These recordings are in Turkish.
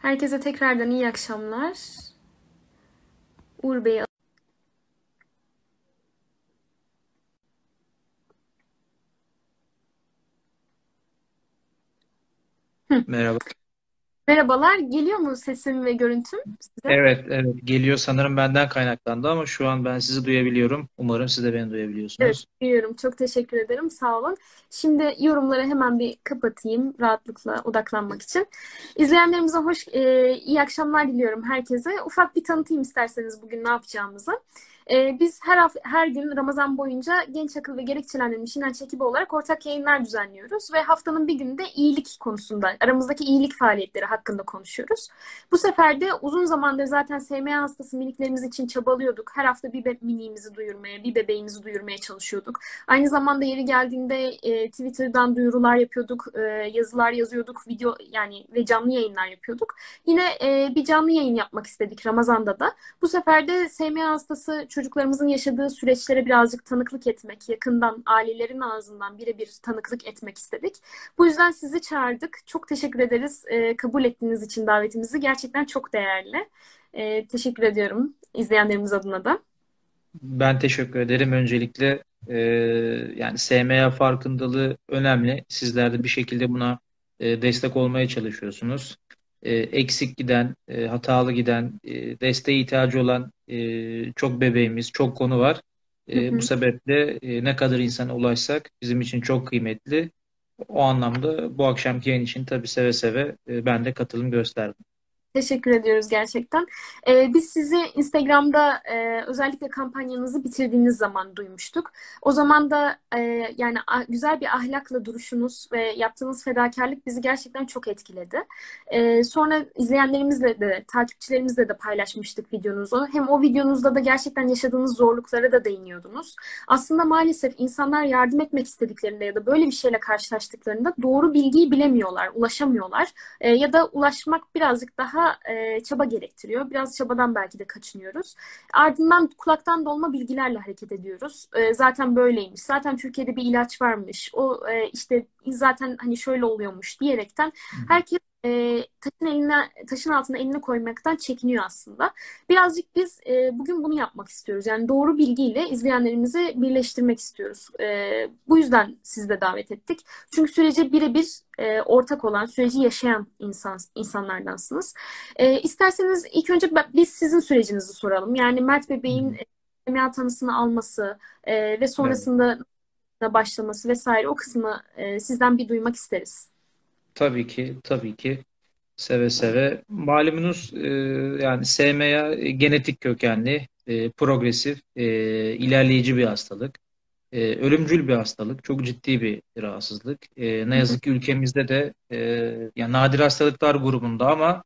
Herkese tekrardan iyi akşamlar. Uğur Bey. Hı. Merhaba. Merhabalar. Geliyor mu sesim ve görüntüm size? Evet, evet geliyor sanırım benden kaynaklandı ama şu an ben sizi duyabiliyorum. Umarım siz de beni Evet, duyabiliyorsunuz. duyuyorum. Çok teşekkür ederim. Sağ olun. Şimdi yorumları hemen bir kapatayım rahatlıkla odaklanmak için. İzleyenlerimize iyi akşamlar diliyorum herkese. Ufak bir tanıtayım isterseniz bugün ne yapacağımızı. Biz her gün Ramazan boyunca Genç Akıl ve Gerekçelendirilmiş İnanç ekibi olarak ortak yayınlar düzenliyoruz ve haftanın bir gününde iyilik konusunda, aramızdaki iyilik faaliyetleri hakkında konuşuyoruz. Bu sefer de uzun zamandır zaten SMA hastası miniklerimiz için çabalıyorduk. Her hafta bir miniğimizi duyurmaya, bir bebeğimizi duyurmaya çalışıyorduk. Aynı zamanda yeri geldiğinde Twitter'dan duyurular yapıyorduk, yazılar yazıyorduk, video yani ve canlı yayınlar yapıyorduk. Yine bir canlı yayın yapmak istedik Ramazan'da da. Bu sefer de SMA hastası çocuklarımızın yaşadığı süreçlere birazcık tanıklık etmek, yakından ailelerin ağzından birebir tanıklık etmek istedik. Bu yüzden sizi çağırdık. Çok teşekkür ederiz kabul ettiğiniz için davetimizi. Gerçekten çok değerli. Teşekkür ediyorum izleyenlerimiz adına da. Ben teşekkür ederim. Öncelikle yani SMA farkındalığı önemli. Sizler de bir şekilde buna destek olmaya çalışıyorsunuz. Eksik giden, hatalı giden, desteğe ihtiyacı olan çok bebeğimiz, çok konu var. Hı Bu hı. sebeple ne kadar insana ulaşsak bizim için çok kıymetli. O anlamda bu akşamki yayın için tabii seve seve ben de katılım gösterdim. Teşekkür ediyoruz gerçekten. Biz sizi Instagram'da özellikle kampanyanızı bitirdiğiniz zaman duymuştuk. O zaman da yani güzel bir ahlakla duruşunuz ve yaptığınız fedakarlık bizi gerçekten çok etkiledi. Sonra izleyenlerimizle de, takipçilerimizle de paylaşmıştık videonuzu. Hem o videonuzda da gerçekten yaşadığınız zorluklara da değiniyordunuz. Aslında maalesef insanlar yardım etmek istediklerinde ya da böyle bir şeyle karşılaştıklarında doğru bilgiyi bilemiyorlar, ulaşamıyorlar. Ya da ulaşmak birazcık daha çaba gerektiriyor. Biraz çabadan belki de kaçınıyoruz. Ardından kulaktan dolma bilgilerle hareket ediyoruz. Zaten böyleymiş. Zaten Türkiye'de bir ilaç varmış. O işte zaten hani şöyle oluyormuş diyerekten herkes taşın altına elini koymaktan çekiniyor aslında. Birazcık biz bugün bunu yapmak istiyoruz. Yani doğru bilgiyle izleyenlerimizi birleştirmek istiyoruz. Bu yüzden sizi de davet ettik. Çünkü sürece birebir ortak olan, süreci yaşayan insanlardansınız. İsterseniz ilk önce biz sizin sürecinizi soralım. Yani Mert Hı Bebeğin hı. SMA tanısını alması ve Evet. sonrasında başlaması vesaire o kısmı sizden bir duymak isteriz. Tabii ki, tabii ki seve seve. Malumunuz yani SMA genetik kökenli, progresif, ilerleyici bir hastalık. Ölümcül bir hastalık, çok ciddi bir rahatsızlık. Ne Hı hı, yazık ki ülkemizde de yani nadir hastalıklar grubunda ama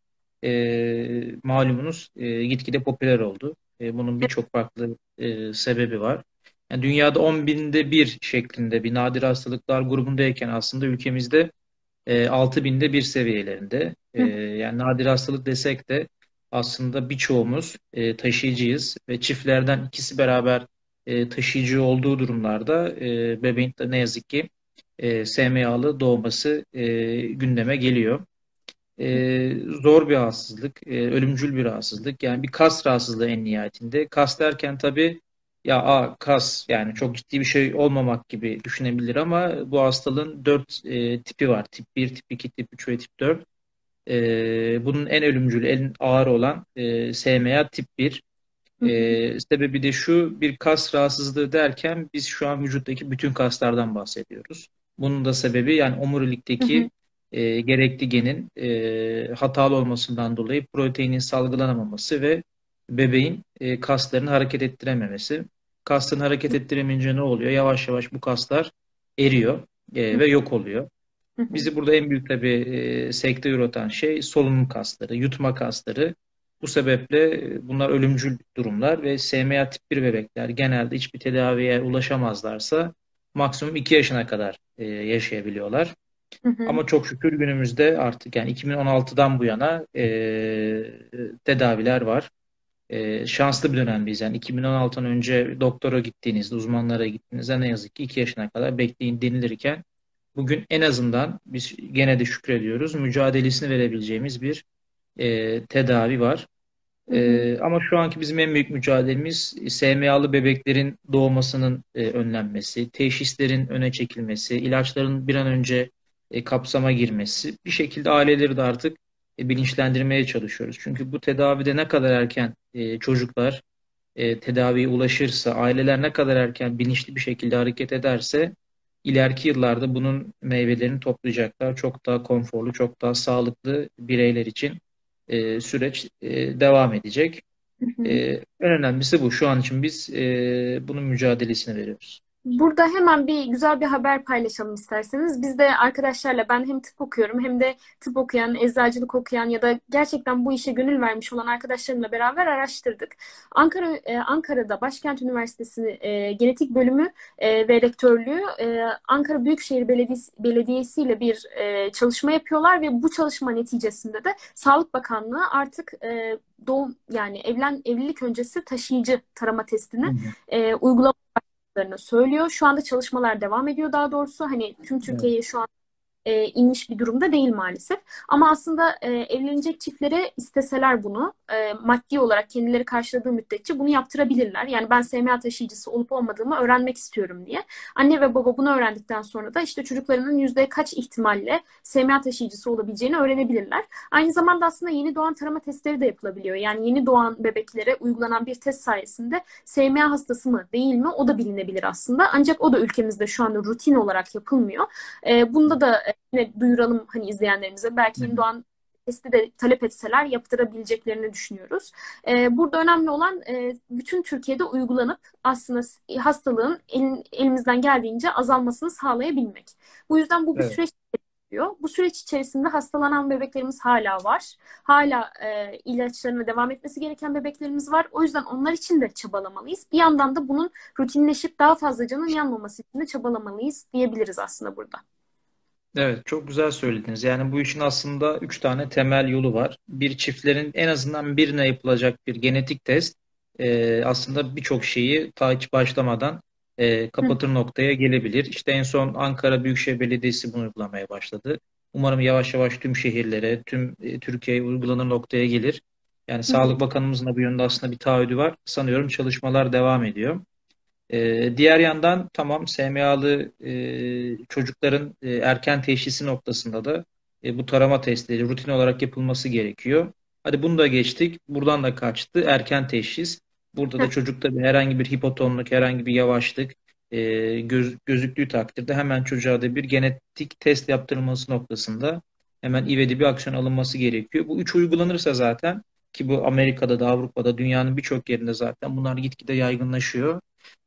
malumunuz gitgide popüler oldu. Bunun birçok farklı sebebi var. Yani dünyada 10 binde bir şeklinde bir nadir hastalıklar grubundayken aslında ülkemizde 6 binde bir seviyelerinde. hı Yani nadir hastalık desek de aslında birçoğumuz taşıyıcıyız ve çiftlerden ikisi beraber taşıyıcı olduğu durumlarda bebeğin de ne yazık ki SMA'lı doğması gündeme geliyor. Zor bir rahatsızlık, ölümcül bir rahatsızlık. Yani bir kas rahatsızlığı en nihayetinde. Kas derken tabii ya kas yani çok ciddi bir şey olmamak gibi düşünebilir ama bu hastalığın 4 tipi var. Tip bir, tip 2, tip 3 ve tip 4. Bunun en ölümcül, en ağır olan SMA tip bir. hı, hı Sebebi de şu, bir kas rahatsızlığı derken biz şu an vücuttaki bütün kaslardan bahsediyoruz. Bunun da sebebi yani hı, omurilikteki gerekli genin hatalı olmasından dolayı proteinin salgılanamaması ve bebeğin kaslarını hareket ettirememesi. Kaslarını hareket ettiremeyince ne oluyor? Yavaş yavaş bu kaslar eriyor hı ve yok oluyor. hı, hı. Bizi burada en büyük tabii sekteye uğratan şey solunum kasları, yutma kasları. Bu sebeple bunlar ölümcül durumlar ve SMA tip bir bebekler genelde hiçbir tedaviye ulaşamazlarsa maksimum 2 yaşına kadar yaşayabiliyorlar. Hı hı. Ama çok şükür günümüzde artık yani 2016'dan bu yana tedaviler var. Şanslı bir dönemdeyiz. Yani 2016'dan önce doktora gittiğinizde, uzmanlara gittiğinizde ne yazık ki 2 yaşına kadar bekleyin denilirken bugün en azından biz gene de şükrediyoruz. Mücadelesini verebileceğimiz bir tedavi var. Hı hı. Ama şu anki bizim en büyük mücadelemiz SMA'lı bebeklerin doğmasının önlenmesi, teşhislerin öne çekilmesi, ilaçların bir an önce kapsama girmesi. Bir şekilde aileleri de artık bilinçlendirmeye çalışıyoruz. Çünkü bu tedavide ne kadar erken çocuklar tedaviye ulaşırsa, aileler ne kadar erken bilinçli bir şekilde hareket ederse, ileriki yıllarda bunun meyvelerini toplayacaklar. Çok daha konforlu, çok daha sağlıklı bireyler için süreç devam edecek. Hı hı. En önemlisi bu. Şu an için biz bunun mücadelesini veriyoruz. Burada hemen bir güzel bir haber paylaşalım isterseniz. Biz de arkadaşlarla ben hem tıp okuyorum hem de tıp okuyan, eczacılık okuyan ya da gerçekten bu işe gönül vermiş olan arkadaşlarımla beraber araştırdık. Ankara'da Başkent Üniversitesi Genetik Bölümü ve Rektörlüğü Ankara Büyükşehir Belediyesi ile bir çalışma yapıyorlar ve bu çalışma neticesinde de Sağlık Bakanlığı artık doğum yani evlilik öncesi taşıyıcı tarama Hı testini hı. uygulama söylüyor. Şu anda çalışmalar devam ediyor daha doğrusu. Hani tüm Evet. Türkiye'ye şu an inmiş bir durumda değil maalesef. Ama aslında evlenecek çiftlere isteseler bunu maddi olarak kendileri karşıladığı müddetçe bunu yaptırabilirler. Yani ben SMA taşıyıcısı olup olmadığımı öğrenmek istiyorum diye. Anne ve baba bunu öğrendikten sonra da işte çocuklarının yüzde kaç ihtimalle SMA taşıyıcısı olabileceğini öğrenebilirler. Aynı zamanda aslında yeni doğan tarama testleri de yapılabiliyor. Yani yeni doğan bebeklere uygulanan bir test sayesinde SMA hastası mı değil mi o da bilinebilir aslında. Ancak o da ülkemizde şu anda rutin olarak yapılmıyor. Bunda da yine duyuralım hani izleyenlerimize. Belki Hı yeni hı. doğan testi de talep etseler yaptırabileceklerini düşünüyoruz. Burada önemli olan bütün Türkiye'de uygulanıp aslında hastalığın elimizden geldiğince azalmasını sağlayabilmek. Bu yüzden bu bir Evet. süreç gerekiyor. Bu süreç içerisinde hastalanan bebeklerimiz hala var. Hala ilaçlarına devam etmesi gereken bebeklerimiz var. O yüzden onlar için de çabalamalıyız. Bir yandan da bunun rutinleşip daha fazla canın yanmaması için de çabalamalıyız diyebiliriz aslında burada. Evet, çok güzel söylediniz. Yani bu işin aslında üç tane temel yolu var. Bir, çiftlerin en azından birine yapılacak bir genetik test aslında birçok şeyi ta hiç başlamadan Hı kapatır noktaya gelebilir. İşte en son Ankara Büyükşehir Belediyesi bunu uygulamaya başladı. Umarım yavaş yavaş tüm şehirlere, tüm Türkiye'ye uygulanır noktaya gelir. Yani hı hı. Sağlık Bakanımızın da bu yönde aslında bir taahhüdü var. Sanıyorum çalışmalar devam ediyor. Diğer yandan tamam SMA'lı çocukların erken teşhisi noktasında da bu tarama testleri rutin olarak yapılması gerekiyor. Hadi bunu da geçtik. Buradan da kaçtı. Erken teşhis. Burada da Heh. çocukta herhangi bir hipotonluk, herhangi bir yavaşlık gözüktüğü takdirde hemen çocuğa da bir genetik test yaptırılması noktasında hemen ivedi bir aksiyon alınması gerekiyor. Bu üç uygulanırsa zaten, ki bu Amerika'da da Avrupa'da dünyanın birçok yerinde zaten bunlar gitgide yaygınlaşıyor.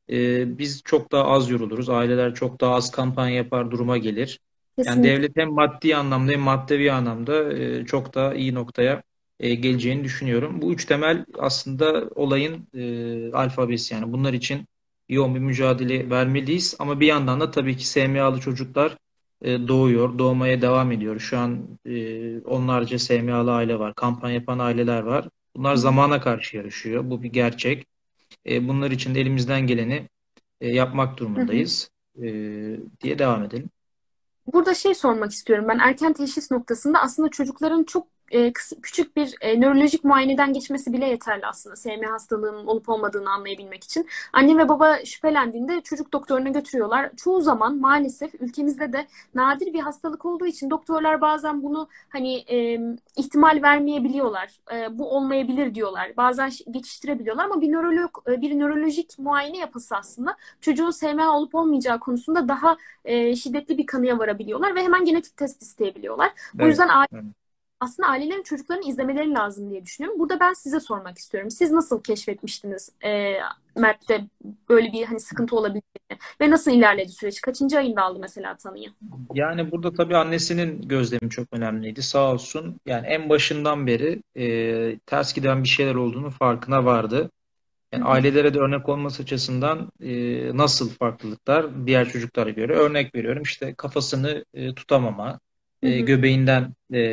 Biz çok daha az yoruluruz. Aileler çok daha az kampanya yapar duruma gelir. Yani Kesinlikle. devlet hem maddi anlamda hem maddevi anlamda çok daha iyi noktaya geleceğini düşünüyorum. Bu üç temel aslında olayın alfabesi, yani bunlar için yoğun bir mücadele vermeliyiz. Ama bir yandan da tabii ki SMA'lı çocuklar doğuyor, doğmaya devam ediyor. Şu an onlarca SMA'lı aile var, kampanya yapan aileler var. Bunlar Hı hı. zamana karşı yarışıyor. Bu bir gerçek. Bunlar için de elimizden geleni yapmak Hı hı. durumundayız diye devam edelim. Burada şey sormak istiyorum ben erken teşhis noktasında aslında çocukların çok küçük bir nörolojik muayeneden geçmesi bile yeterli aslında SMA hastalığının olup olmadığını anlayabilmek için. Anne ve baba şüphelendiğinde çocuk doktoruna götürüyorlar. Çoğu zaman maalesef ülkemizde de nadir bir hastalık olduğu için doktorlar bazen bunu hani ihtimal vermeyebiliyorlar. Bu olmayabilir diyorlar. Bazen geçiştirebiliyorlar ama bir nörolojik muayene yapısı aslında çocuğun SMA olup olmayacağı konusunda daha şiddetli bir kanıya varabiliyorlar ve hemen genetik test isteyebiliyorlar. Bu Evet. yüzden Evet. aslında ailelerin çocuklarını izlemeleri lazım diye düşünüyorum. Burada ben size sormak istiyorum. Siz nasıl keşfetmiştiniz Mert'te böyle bir hani sıkıntı olabildiğini ve nasıl ilerledi süreç? Kaçıncı ayında aldı mesela tanıyı? Yani burada tabii annesinin gözlemi çok önemliydi. Sağ olsun. Yani en başından beri ters giden bir şeyler olduğunu farkına vardı. Hı Yani hı, ailelere de örnek olması açısından nasıl farklılıklar diğer çocuklara göre, örnek veriyorum. İşte kafasını tutamama, hı hı, göbeğinden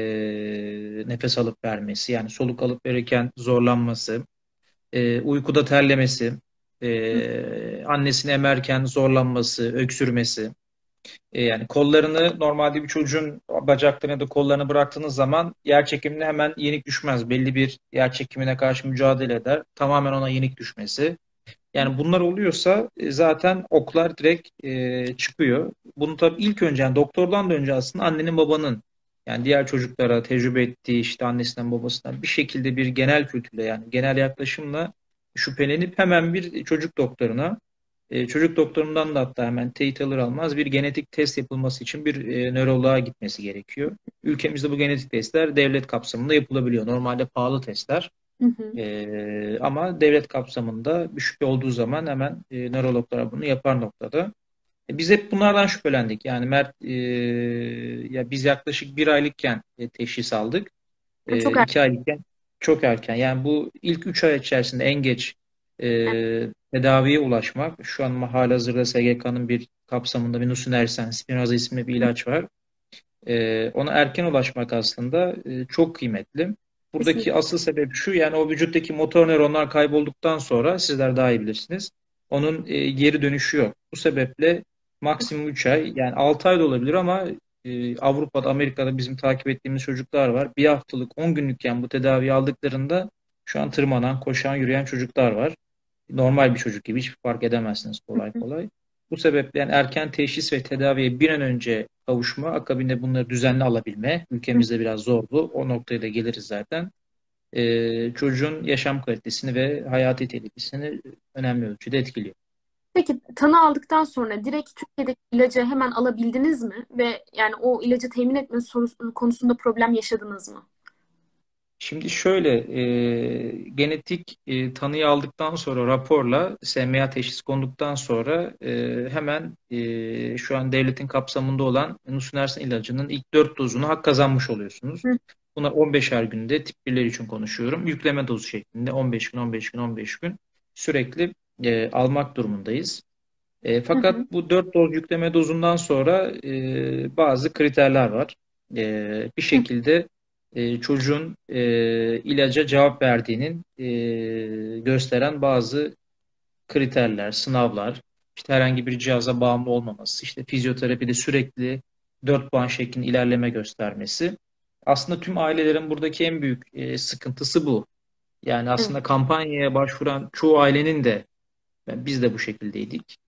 nefes alıp vermesi, yani soluk alıp verirken zorlanması, uykuda terlemesi, annesini emerken zorlanması, öksürmesi. Yani kollarını normalde bir çocuğun bacaklarını ya da kollarını bıraktığınız zaman yer çekimine hemen yenik düşmez. Belli bir yer çekimine karşı mücadele eder. Tamamen ona yenik düşmesi. Yani bunlar oluyorsa zaten oklar direkt çıkıyor. Bunu tabii ilk önce yani doktordan da önce aslında annenin babanın yani diğer çocuklara tecrübe ettiği işte annesinden babasından bir şekilde bir genel kültürle yani genel yaklaşımla şüphelenip hemen bir çocuk doktoruna çocuk doktorundan da hatta hemen teyit alır almaz bir genetik test yapılması için bir nöroloğa gitmesi gerekiyor. Ülkemizde bu genetik testler devlet kapsamında yapılabiliyor. Normalde pahalı testler. Hı hı. Ama devlet kapsamında bir şüphe olduğu zaman hemen nörologlara bunu yapar noktada. Biz hep bunlardan şüphelendik. Yani Mert ya biz yaklaşık bir aylıkken teşhis aldık. Ha, çok erken. 2 aylıkken çok erken. Yani bu ilk 3 ay içerisinde en geç Evet. tedaviye ulaşmak. Şu an halihazırda SGK'nın bir kapsamında bir nusinersen, Spinraza isimli bir ilaç var. Ona erken ulaşmak aslında çok kıymetli. Buradaki Kesinlikle. asıl sebep şu, yani o vücuttaki motor nöronlar kaybolduktan sonra sizler daha iyi bilirsiniz. Onun geri dönüşü yok. Bu sebeple maksimum 3 ay, yani 6 ay da olabilir ama Avrupa'da, Amerika'da bizim takip ettiğimiz çocuklar var. Bir haftalık, 10 günlükken bu tedaviyi aldıklarında şu an tırmanan, koşan, yürüyen çocuklar var. Normal bir çocuk gibi hiç fark edemezsiniz Hı kolay hı. kolay. Bu sebeple yani erken teşhis ve tedaviye bir an önce kavuşma, akabinde bunları düzenli alabilme, Hı. ülkemizde biraz zordu. O noktaya da geliriz zaten. Çocuğun yaşam kalitesini ve hayati tehlikesini önemli ölçüde etkiliyor. Peki tanı aldıktan sonra direkt Türkiye'deki ilacı hemen alabildiniz mi? Ve yani o ilacı temin etme sorusu konusunda problem yaşadınız mı? Şimdi şöyle, genetik tanıyı aldıktan sonra raporla SMA teşhis konduktan sonra hemen şu an devletin kapsamında olan nusinersen ilacının ilk 4 dozunu hak kazanmış oluyorsunuz. Hı Bunlar 15'er günde tip 1'ler için konuşuyorum. Yükleme dozu şeklinde 15 gün, 15 gün, 15 gün sürekli almak durumundayız. hı. Hı. Fakat bu 4 doz yükleme dozundan sonra bazı kriterler var. Bir Hı. şekilde çocuğun ilaca cevap verdiğinin gösteren bazı kriterler, sınavlar, işte herhangi bir cihaza bağımlı olmaması, işte fizyoterapide sürekli 4 puan şeklinde ilerleme göstermesi. Aslında tüm ailelerin buradaki en büyük sıkıntısı bu. Yani Evet. aslında kampanyaya başvuran çoğu ailenin de biz de bu şekildeydik.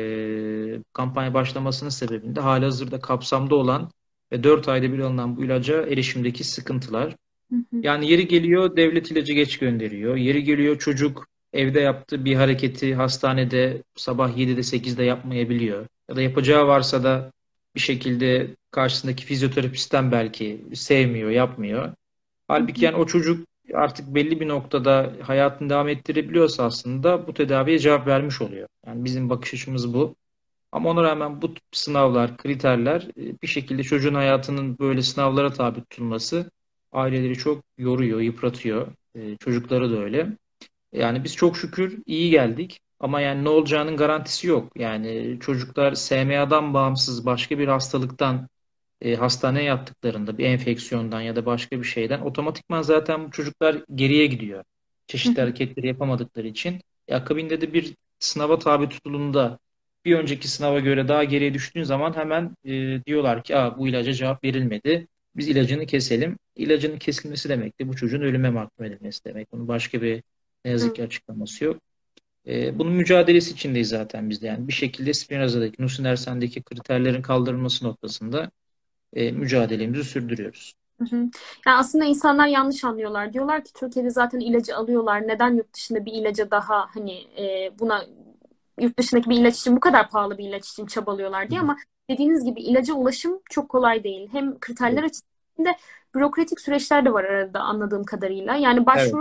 Kampanya başlamasının sebebinde halihazırda kapsamda olan ve 4 ayda bir alınan bu ilaca erişimdeki sıkıntılar. Hı hı. Yani yeri geliyor devlet ilacı geç gönderiyor. Yeri geliyor çocuk evde yaptığı bir hareketi hastanede sabah 7'de 8'de yapmayabiliyor. Ya da yapacağı varsa da bir şekilde karşısındaki fizyoterapistten belki sevmiyor, yapmıyor. Hı Halbuki hı. yani o çocuk artık belli bir noktada hayatını devam ettirebiliyorsa aslında bu tedaviye cevap vermiş oluyor. Yani bizim bakış açımız bu. Ama ona rağmen bu tip sınavlar, kriterler bir şekilde çocuğun hayatının böyle sınavlara tabi tutulması aileleri çok yoruyor, yıpratıyor. Çocukları da öyle. Yani biz çok şükür iyi geldik. Ama yani ne olacağının garantisi yok. Yani çocuklar SMA'dan bağımsız başka bir hastalıktan hastaneye yattıklarında bir enfeksiyondan ya da başka bir şeyden otomatikman zaten bu çocuklar geriye gidiyor. Hı Çeşitli hı. hareketleri yapamadıkları için. Akabinde de bir sınava tabi tutulduğunda bir önceki sınava göre daha geriye düştüğün zaman hemen diyorlar ki bu ilaca cevap verilmedi. Biz ilacını keselim. İlacının kesilmesi demek de bu çocuğun ölüme mahkum edilmesi demek. Bunun başka bir ne yazık Evet. ki açıklaması yok. Bunun mücadelesi içindeyiz zaten biz de. Yani bir şekilde Spinraza'daki, Nusinersen'deki kriterlerin kaldırılması noktasında mücadelemizi sürdürüyoruz. Hı hı. Yani aslında insanlar yanlış anlıyorlar. Diyorlar ki Türkiye'de zaten ilacı alıyorlar. Neden yurt dışında bir ilaca daha hani buna yurt dışındaki bir ilaç için bu kadar pahalı bir ilaç için çabalıyorlar Hı diye hı. ama dediğiniz gibi ilaca ulaşım çok kolay değil. Hem kriterler Evet. açısından hem de bürokratik süreçler de var arada anladığım kadarıyla. Yani Evet. başvuru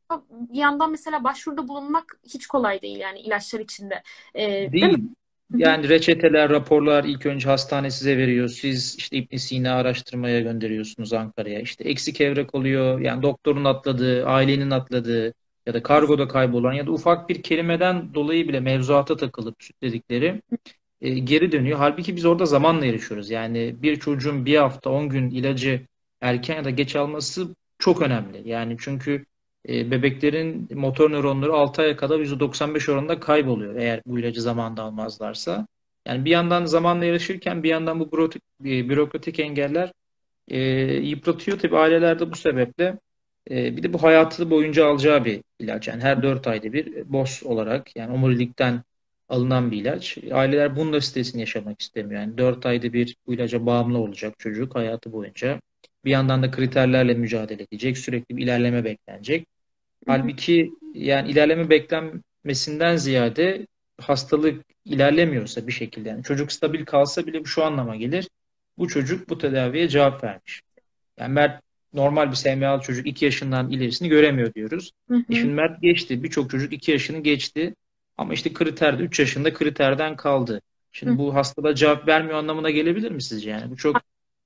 bir yandan mesela başvuruda bulunmak hiç kolay değil yani ilaçlar içinde. Değil mi? Değil. Hı hı. Yani reçeteler, raporlar ilk önce hastane size veriyor. Siz işte İbn Sina araştırmaya gönderiyorsunuz Ankara'ya. İşte eksik evrak oluyor. Yani doktorun atladığı, ailenin atladığı ya da kargoda kaybolan ya da ufak bir kelimeden dolayı bile mevzuata takılıp dedikleri geri dönüyor. Halbuki biz orada zamanla yarışıyoruz. Yani bir çocuğun bir hafta 10 gün ilacı erken ya da geç alması çok önemli. Yani çünkü bebeklerin motor nöronları 6 aya kadar %95 oranında kayboluyor eğer bu ilacı zamanında almazlarsa. Yani bir yandan zamanla yarışırken bir yandan bu bürokratik engeller yıpratıyor. Tabii aileler de bu sebeple bir de bu hayatı boyunca alacağı bir ilaç. Yani her 4 ayda bir boz olarak yani omurilikten alınan bir ilaç. Aileler bunun da stresini yaşamak istemiyor. Yani 4 ayda bir bu ilaca bağımlı olacak çocuk hayatı boyunca. Bir yandan da kriterlerle mücadele edecek. Sürekli bir ilerleme beklenecek. Hı hı. Halbuki yani ilerleme beklenmesinden ziyade hastalık ilerlemiyorsa bir şekilde yani çocuk stabil kalsa bile bu şu anlama gelir. Bu çocuk bu tedaviye cevap vermiş. Yani Mert normal bir SMA'lı çocuk 2 yaşından ilerisini göremiyor diyoruz. Hı hı. Şimdi Mert geçti. Birçok çocuk 2 yaşını geçti. Ama işte kriterde 3 yaşında kriterden kaldı. Şimdi Hı. bu hastalığa cevap vermiyor anlamına gelebilir mi sizce? Yani bu çok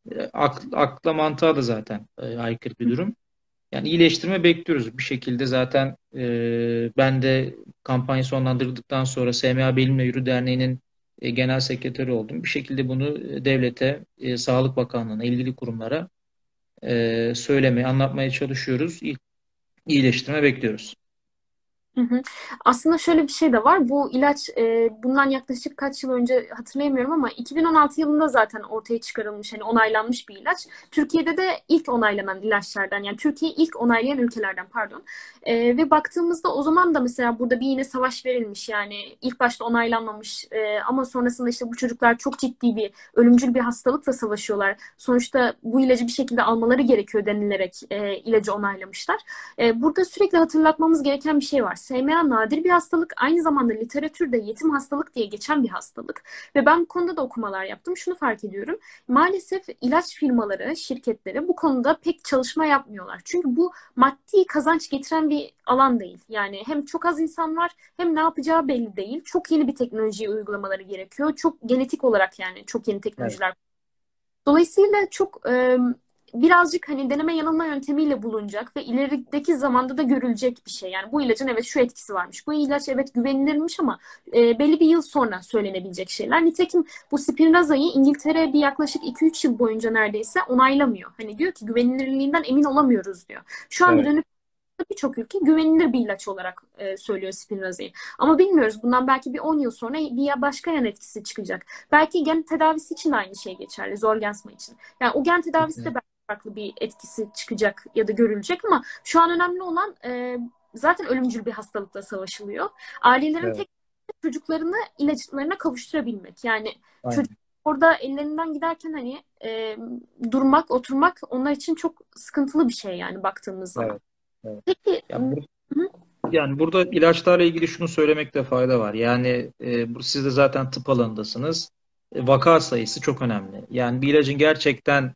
akla mantığa da zaten aykırı bir durum. Yani iyileştirme bekliyoruz. Bir şekilde zaten ben de kampanya sonlandırıldıktan sonra SMA Benimle Yürü Derneği'nin genel sekreteri oldum. Bir şekilde bunu devlete, Sağlık Bakanlığı'na, ilgili kurumlara söylemeye, anlatmaya çalışıyoruz. İyileştirme bekliyoruz. Hı hı. Aslında şöyle bir şey de var. Bu ilaç bundan yaklaşık kaç yıl önce hatırlayamıyorum ama 2016 yılında zaten ortaya çıkarılmış, hani onaylanmış bir ilaç. Türkiye'de de ilk onaylanan ilaçlardan, yani Türkiye'yi ilk onaylayan ülkelerden, pardon. Ve baktığımızda o zaman da mesela burada bir yine savaş verilmiş, yani ilk başta onaylanmamış ama sonrasında işte bu çocuklar çok ciddi bir ölümcül bir hastalıkla savaşıyorlar. Sonuçta bu ilacı bir şekilde almaları gerekiyor denilerek ilacı onaylamışlar. Burada sürekli hatırlatmamız gereken bir şey var. SMA nadir bir hastalık. Aynı zamanda literatürde yetim hastalık diye geçen bir hastalık. Ve ben bu konuda da okumalar yaptım. Şunu fark ediyorum. Maalesef ilaç firmaları, şirketleri bu konuda pek çalışma yapmıyorlar. Çünkü bu maddi kazanç getiren bir alan değil. Yani hem çok az insan var, hem ne yapacağı belli değil. Çok yeni bir teknolojiyi uygulamaları gerekiyor. Çok genetik olarak, yani çok yeni Evet, teknolojiler. Dolayısıyla çok birazcık hani deneme yanılma yöntemiyle bulunacak ve ilerideki zamanda da görülecek bir şey. Yani bu ilacın evet şu etkisi varmış. Bu ilaç evet güvenilirmiş ama belli bir yıl sonra söylenebilecek şeyler. Nitekim bu Spinraza'yı İngiltere bir yaklaşık 2-3 yıl boyunca neredeyse onaylamıyor. Hani diyor ki güvenilirliğinden emin olamıyoruz diyor. Şu anda evet, dönüp birçok ülke güvenilir bir ilaç olarak söylüyor Spinraza'yı. Ama bilmiyoruz, bundan belki bir 10 yıl sonra bir başka yan etkisi çıkacak. Belki gen tedavisi için de aynı şey geçerli. Zolgensma için. Yani o gen tedavisi de belki farklı bir etkisi çıkacak ya da görülecek ama şu an önemli olan zaten ölümcül bir hastalıkla savaşılıyor. Ailelerin evet, tek çocuklarını ilaclarına kavuşturabilmek. Yani çocuk aynen. orada ellerinden giderken hani durmak, oturmak onlar için çok sıkıntılı bir şey yani baktığımız zaman. Evet, evet. Peki. Ya yani burada ilaçlarla ilgili şunu söylemekte fayda var. Yani siz de zaten tıp alanındasınız. Vaka sayısı çok önemli. Yani bir ilacın gerçekten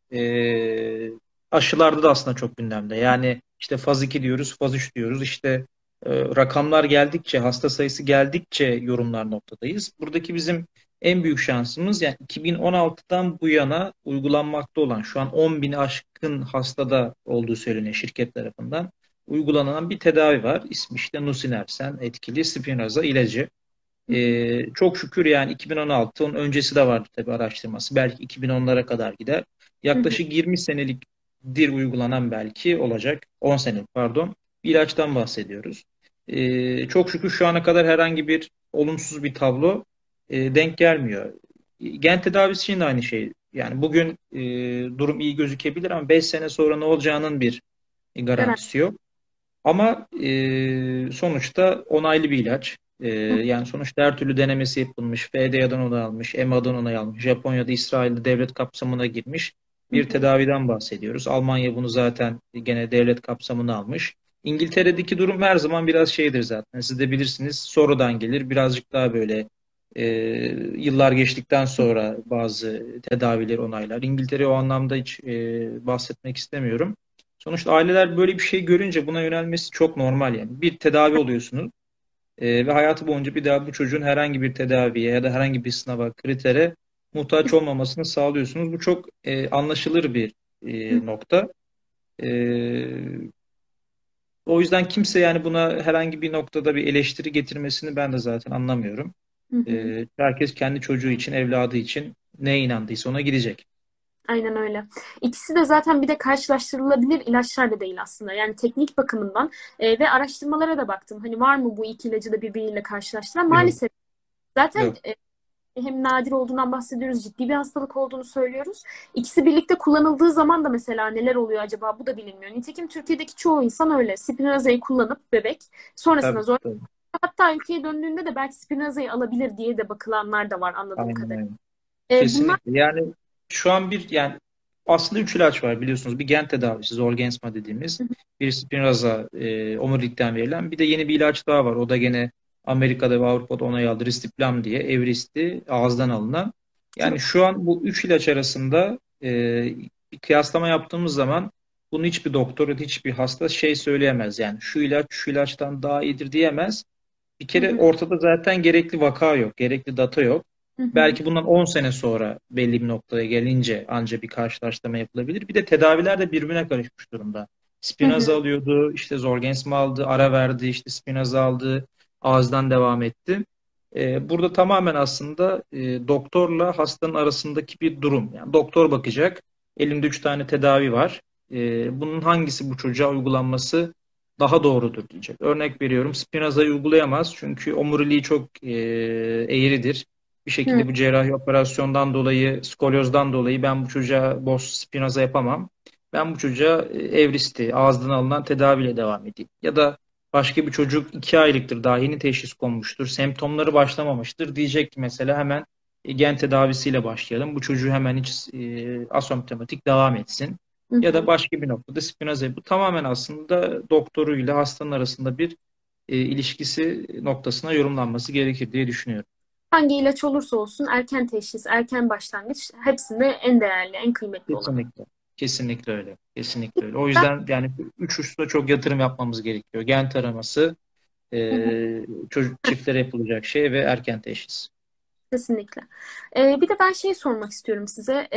aşılarda da aslında çok gündemde. Yani işte faz 2 diyoruz, faz 3 diyoruz. İşte rakamlar geldikçe, hasta sayısı geldikçe yorumlar noktadayız. Buradaki bizim en büyük şansımız yani 2016'dan bu yana uygulanmakta olan şu an 10 bini aşkın hastada olduğu söyleniyor şirket tarafından uygulanan bir tedavi var. İsmi işte nusinersen etkili Spinraza ilacı. Çok şükür yani 2016 onun öncesi de vardı tabii araştırması. Belki 2010'lara kadar gider. Yaklaşık 20 seneliktir uygulanan belki olacak. 10 senelik pardon. Bir ilaçtan bahsediyoruz. Çok şükür şu ana kadar herhangi bir olumsuz bir tablo denk gelmiyor. Gen tedavisi için de aynı şey. Yani bugün durum iyi gözükebilir ama 5 sene sonra ne olacağının bir garantisi yok. Ama sonuçta onaylı bir ilaç. Yani sonuçta her türlü denemesi yapılmış. FDA'dan onay almış, EMA'dan onay almış. Japonya'da, İsrail'de devlet kapsamına girmiş bir tedaviden bahsediyoruz. Almanya bunu zaten gene devlet kapsamına almış. İngiltere'deki durum her zaman biraz şeydir zaten. Siz de bilirsiniz. Sonradan gelir. Birazcık daha böyle e, yıllar geçtikten sonra bazı tedavileri onaylar. İngiltere o anlamda hiç bahsetmek istemiyorum. Sonuçta aileler böyle bir şey görünce buna yönelmesi çok normal yani. Bir tedavi oluyorsunuz ve hayatı boyunca bir daha bu çocuğun herhangi bir tedaviye ya da herhangi bir sınava, kritere muhtaç olmamasını sağlıyorsunuz. Bu çok anlaşılır bir nokta. E, O yüzden kimse yani buna herhangi bir noktada bir eleştiri getirmesini ben de zaten anlamıyorum. Herkes kendi çocuğu için, evladı için neye inandıysa ona gidecek. Aynen öyle. İkisi de zaten bir de karşılaştırılabilir ilaçlar da değil aslında. Yani teknik bakımından ve araştırmalara da baktım. Hani var mı bu iki ilacı da birbiriyle karşılaştıran? Yok, Maalesef zaten yok. hem nadir olduğundan bahsediyoruz, ciddi bir hastalık olduğunu söylüyoruz. İkisi birlikte kullanıldığı zaman da mesela neler oluyor acaba, bu da bilinmiyor. Nitekim Türkiye'deki çoğu insan öyle. Spinraza'yı kullanıp bebek sonrasında Tabii, zor, tabii. hatta ülkeye döndüğünde de belki Spinraza'yı alabilir diye de bakılanlar da var anladığım Aynen kadarıyla. öyle. Bunlar. Kesinlikle. Yani şu an yani aslında üç ilaç var biliyorsunuz. Bir gen tedavisi, Zolgensma dediğimiz. Bir Spinraza, omurilikten verilen. Bir de yeni bir ilaç daha var. O da gene Amerika'da ve Avrupa'da onay aldı. Risdiplam diye. Evrysdi, ağızdan alınan. Yani Çok. şu an bu üç ilaç arasında bir kıyaslama yaptığımız zaman bunu hiçbir doktor, hiçbir hasta şey söyleyemez. Yani şu ilaç şu ilaçtan daha iyidir diyemez. Bir Hı kere hı, ortada zaten gerekli vaka yok, gerekli data yok. hı hı, Belki bundan 10 sene sonra belli bir noktaya gelince ancak bir karşılaştırma yapılabilir. Bir de tedaviler de birbirine karışmış durumda. hı Spinraza hı, alıyordu, işte Zolgensma aldı, ara verdi, işte Spinraza aldı, ağızdan devam etti. Burada tamamen aslında doktorla hastanın arasındaki bir durum. Yani doktor bakacak, elimde 3 tane tedavi var. Bunun hangisi bu çocuğa uygulanması daha doğrudur diyecek. Örnek veriyorum, Spinraza'yı uygulayamaz çünkü omuriliği çok eğridir. Bir hı şekilde bu cerrahi operasyondan dolayı, skolyozdan dolayı ben bu çocuğa Bos Spinoza yapamam. Ben bu çocuğa Evristi, ağızdan alınan tedaviyle devam edeyim. Ya da başka bir çocuk 2 aylıktır, daha yeni teşhis konmuştur, semptomları başlamamıştır. Diyecek ki mesela hemen gen tedavisiyle başlayalım. Bu çocuğu hemen hiç asemptomatik devam etsin. hı, Ya da hı. başka bir noktada Spinoza. Bu tamamen aslında doktoruyla hastanın arasında bir ilişkisi noktasına yorumlanması gerekir diye düşünüyorum. Hangi ilaç olursa olsun erken teşhis, erken başlangıç hepsinde en değerli, en kıymetli olanı. Kesinlikle. Kesinlikle öyle. Kesinlikle öyle. O yüzden yani üç uçta çok yatırım yapmamız gerekiyor. Gen taraması, Hı hı. çocuk çiftlere yapılacak şey ve erken teşhis. Kesinlikle. Bir de ben şey sormak istiyorum size.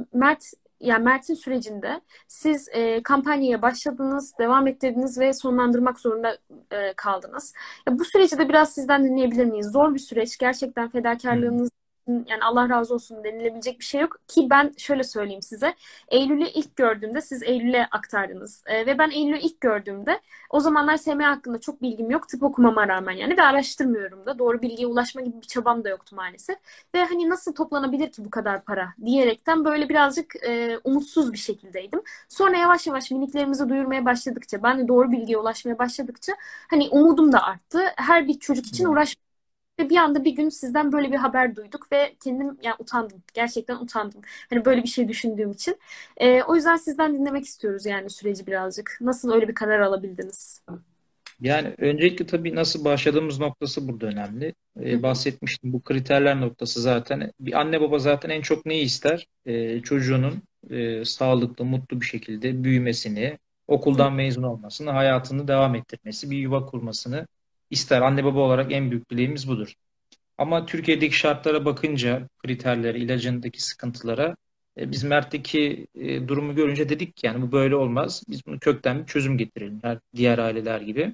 Yani Mert'in sürecinde siz kampanyaya başladınız, devam ettirdiniz ve sonlandırmak zorunda kaldınız. Ya, bu süreci de biraz sizden dinleyebilir miyiz? Zor bir süreç. Gerçekten Hmm. fedakarlığınız, yani Allah razı olsun denilebilecek bir şey yok ki. Ben şöyle söyleyeyim size. Eylül'ü ilk gördüğümde siz Eylül'e aktardınız. Ve ben Eylül'ü ilk gördüğümde o zamanlar SMA hakkında çok bilgim yok, tıp okumama rağmen yani, ve araştırmıyorum da. Doğru bilgiye ulaşma gibi bir çabam da yoktu maalesef. Ve hani nasıl toplanabilir ki bu kadar para diyerekten böyle birazcık umutsuz bir şekildeydim. Sonra yavaş yavaş miniklerimizi duyurmaya başladıkça, ben de doğru bilgiye ulaşmaya başladıkça hani umudum da arttı. Her bir çocuk için Evet. uğraş, ve bir anda bir gün sizden böyle bir haber duyduk ve kendim yani utandım. Gerçekten utandım. Hani böyle bir şey düşündüğüm için. O yüzden sizden dinlemek istiyoruz yani süreci birazcık. Nasıl öyle bir karar alabildiniz? Yani öncelikle tabii nasıl başladığımız noktası burada önemli. Hı hı, Bahsetmiştim, bu kriterler noktası zaten. Bir anne baba zaten en çok neyi ister? Çocuğunun sağlıklı, mutlu bir şekilde büyümesini, hı okuldan mezun olmasını, hayatını devam ettirmesi, bir yuva kurmasını ister. Anne baba olarak en büyük dileğimiz budur. Ama Türkiye'deki şartlara bakınca, kriterlere, ilacındaki sıkıntılara, biz Mert'teki durumu görünce dedik ki yani bu böyle olmaz. Biz bunu kökten bir çözüm getirelim. Diğer aileler gibi.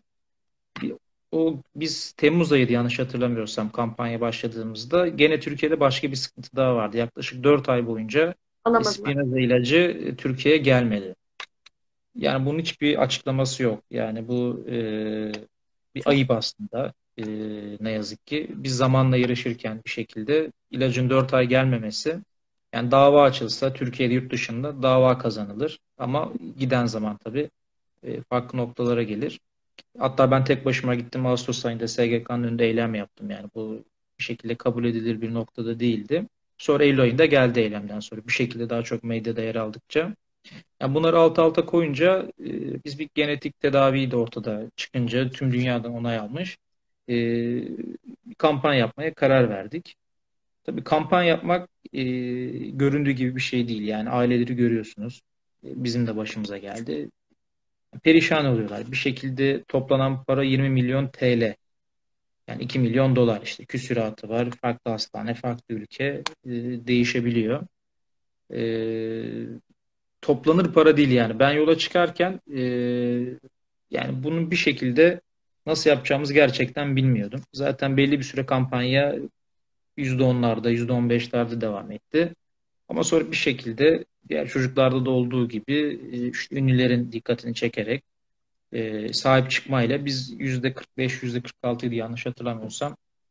Biz Temmuz ayıydı yanlış hatırlamıyorsam kampanya başladığımızda. Gene Türkiye'de başka bir sıkıntı daha vardı. Yaklaşık 4 ay boyunca alamadılar. Spinraza ilacı Türkiye'ye gelmedi. Yani bunun hiçbir açıklaması yok. Yani bu bir Çok. ayıp aslında. Ne yazık ki. Biz zamanla yarışırken bir şekilde ilacın 4 ay gelmemesi, yani dava açılsa Türkiye'de, yurt dışında dava kazanılır. Ama giden zaman tabii farklı noktalara gelir. Hatta ben tek başıma gittim, Ağustos ayında SGK'nın önünde eylem yaptım. Yani bu bir şekilde kabul edilir bir noktada değildi. Sonra Eylül ayında geldi eylemden sonra. Bir şekilde daha çok medyada yer aldıkça. Yani bunları alt alta koyunca biz bir genetik tedaviyi de ortada çıkınca tüm dünyadan onay almış. E, Bir kampanya yapmaya karar verdik. Tabii kampanya yapmak göründüğü gibi bir şey değil. Yani aileleri görüyorsunuz. Bizim de başımıza geldi. Perişan oluyorlar. Bir şekilde toplanan para 20 milyon TL. Yani 2 milyon dolar işte, küsuratı var. Farklı hastane, farklı ülke değişebiliyor. E, Toplanır para değil yani. Ben yola çıkarken yani bunun bir şekilde nasıl yapacağımızı gerçekten bilmiyordum. Zaten belli bir süre kampanya %10'larda, %15'lerde devam etti. Ama sonra bir şekilde diğer çocuklarda da olduğu gibi işte ünlülerin dikkatini çekerek sahip çıkmayla biz %45, %46 idi yanlış hatırlamıyorsam.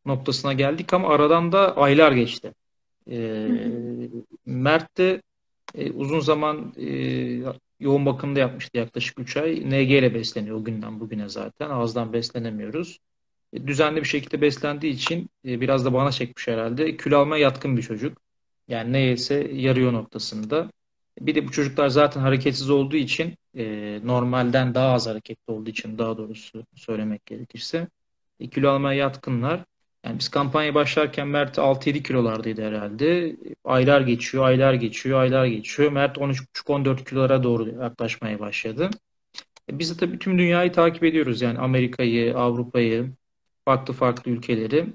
noktasına geldik ama aradan da aylar geçti. Hı hı. Mert de uzun zaman yoğun bakımda yapmıştı, yaklaşık 3 ay. NG ile besleniyor o günden bugüne zaten. Ağızdan beslenemiyoruz. Düzenli bir şekilde beslendiği için biraz da bana çekmiş herhalde. Kilo almaya yatkın bir çocuk. Yani ne yese yarıyor noktasında. Bir de bu çocuklar zaten hareketsiz olduğu için, normalden daha az hareketli olduğu için, daha doğrusu söylemek gerekirse kilo almaya yatkınlar. Yani biz kampanya başlarken Mert 6-7 kilolardaydı herhalde. Aylar geçiyor, aylar geçiyor, aylar geçiyor. Mert 13,5-14 kilolara doğru yaklaşmaya başladı. Biz de tabii tüm dünyayı takip ediyoruz. Yani Amerika'yı, Avrupa'yı, farklı farklı ülkeleri.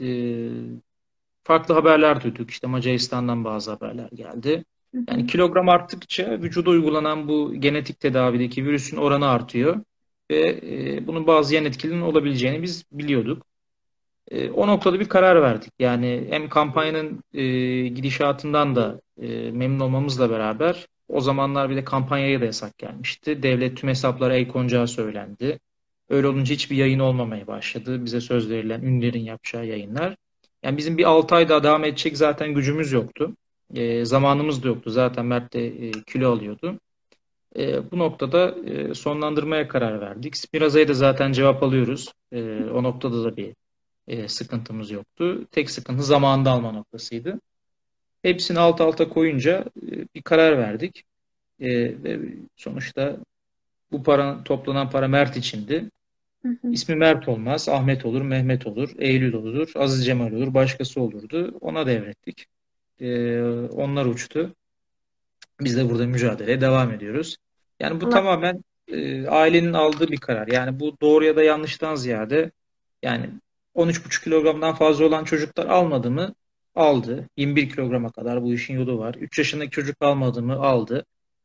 Farklı haberler duyduk. İşte Macaristan'dan bazı haberler geldi. Hı Yani hı. kilogram arttıkça vücuda uygulanan bu genetik tedavideki virüsün oranı artıyor. Ve bunun bazı yan etkilerinin olabileceğini biz biliyorduk. O noktada bir karar verdik. Yani hem kampanyanın gidişatından da memnun olmamızla beraber, o zamanlar bir de kampanyaya da yasak gelmişti. Devlet tüm hesaplara el konacağı söylendi. Öyle olunca hiçbir yayın olmamaya başladı. Bize söz verilen ünlülerin yapacağı yayınlar. Yani bizim bir 6 ay daha devam edecek zaten gücümüz yoktu. Zamanımız da yoktu. Zaten Mert de kilo alıyordu. Bu noktada sonlandırmaya karar verdik. Spiraza'ya da zaten cevap alıyoruz. O noktada da bir sıkıntımız yoktu. Tek sıkıntı zamanında alma noktasıydı. Hepsini alt alta koyunca bir karar verdik. Ve sonuçta bu toplanan para Mert içindi. Hı hı. İsmi Mert olmaz, Ahmet olur, Mehmet olur, Eylül olur, Aziz Cemal olur, başkası olurdu. Ona devrettik. Onlar uçtu. Biz de burada mücadeleye devam ediyoruz. Yani bu Allah. tamamen ailenin aldığı bir karar. Yani bu doğru ya da yanlıştan ziyade, yani 13,5 kilogramdan fazla olan çocuklar almadı mı? Aldı. 21 kilograma kadar bu işin yolu var. 3 yaşındaki çocuk almadı mı? Aldı.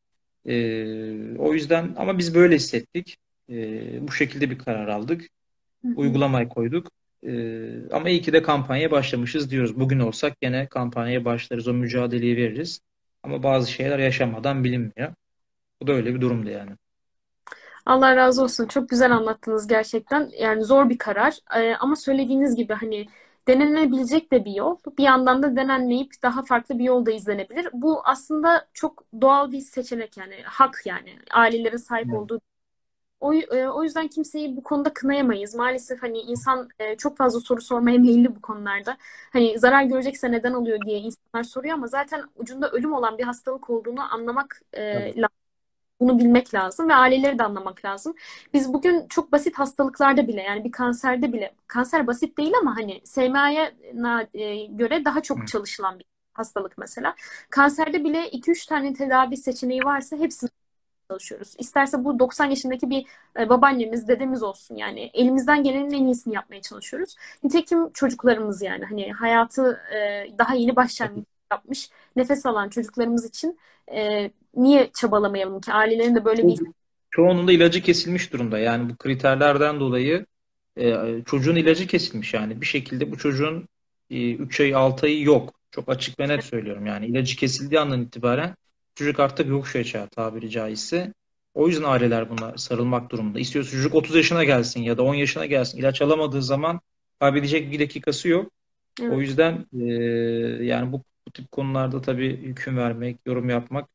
O yüzden ama biz böyle hissettik. Bu şekilde bir karar aldık. Hı hı. Uygulamaya koyduk. Ama iyi ki de kampanyaya başlamışız diyoruz. Bugün olsak gene kampanyaya başlarız. O mücadeleyi veririz. Ama bazı şeyler yaşamadan bilinmiyor. Bu da öyle bir durumdu yani. Allah razı olsun. Çok güzel anlattınız gerçekten. Yani zor bir karar. Ama söylediğiniz gibi hani denenebilecek de bir yol. Bir yandan da denenmeyip daha farklı bir yol da izlenebilir. Bu aslında çok doğal bir seçenek yani. Hak yani. Ailelerin sahip Evet. olduğu. O yüzden kimseyi bu konuda kınayamayız. Maalesef hani insan çok fazla soru sormaya meyilli bu konularda. Hani zarar görecekse neden oluyor diye insanlar soruyor ama zaten ucunda ölüm olan bir hastalık olduğunu anlamak Tabii. lazım. Bunu bilmek lazım ve aileleri de anlamak lazım. Biz bugün çok basit hastalıklarda bile yani bir kanserde bile kanser basit değil ama hani SMA'ya göre daha Hı. çok çalışılan bir hastalık mesela. Kanserde bile 2-3 tane tedavi seçeneği varsa hepsini çalışıyoruz. İsterse bu 90 yaşındaki bir babaannemiz, dedemiz olsun yani elimizden gelenin en iyisini yapmaya çalışıyoruz. Nitekim çocuklarımız yani hani hayatı daha yeni Tabii. başlangıç yapmış nefes alan çocuklarımız için niye çabalamayalım ki? Ailelerin de böyle bir Çoğunun da ilacı kesilmiş durumda. Yani bu kriterlerden dolayı çocuğun ilacı kesilmiş yani. Bir şekilde bu çocuğun 3 ay 6 ayı yok. Çok açık ve net söylüyorum yani. İlacı kesildiği andan itibaren çocuk artık yokuş aşağı, tabiri caizse. O yüzden aileler buna sarılmak durumunda. İstiyorsa çocuk 30 yaşına gelsin ya da 10 yaşına gelsin. İlaç alamadığı zaman kaybedecek bir dakikası yok. O evet. yüzden yani bu tip konularda tabii hüküm vermek, yorum yapmak,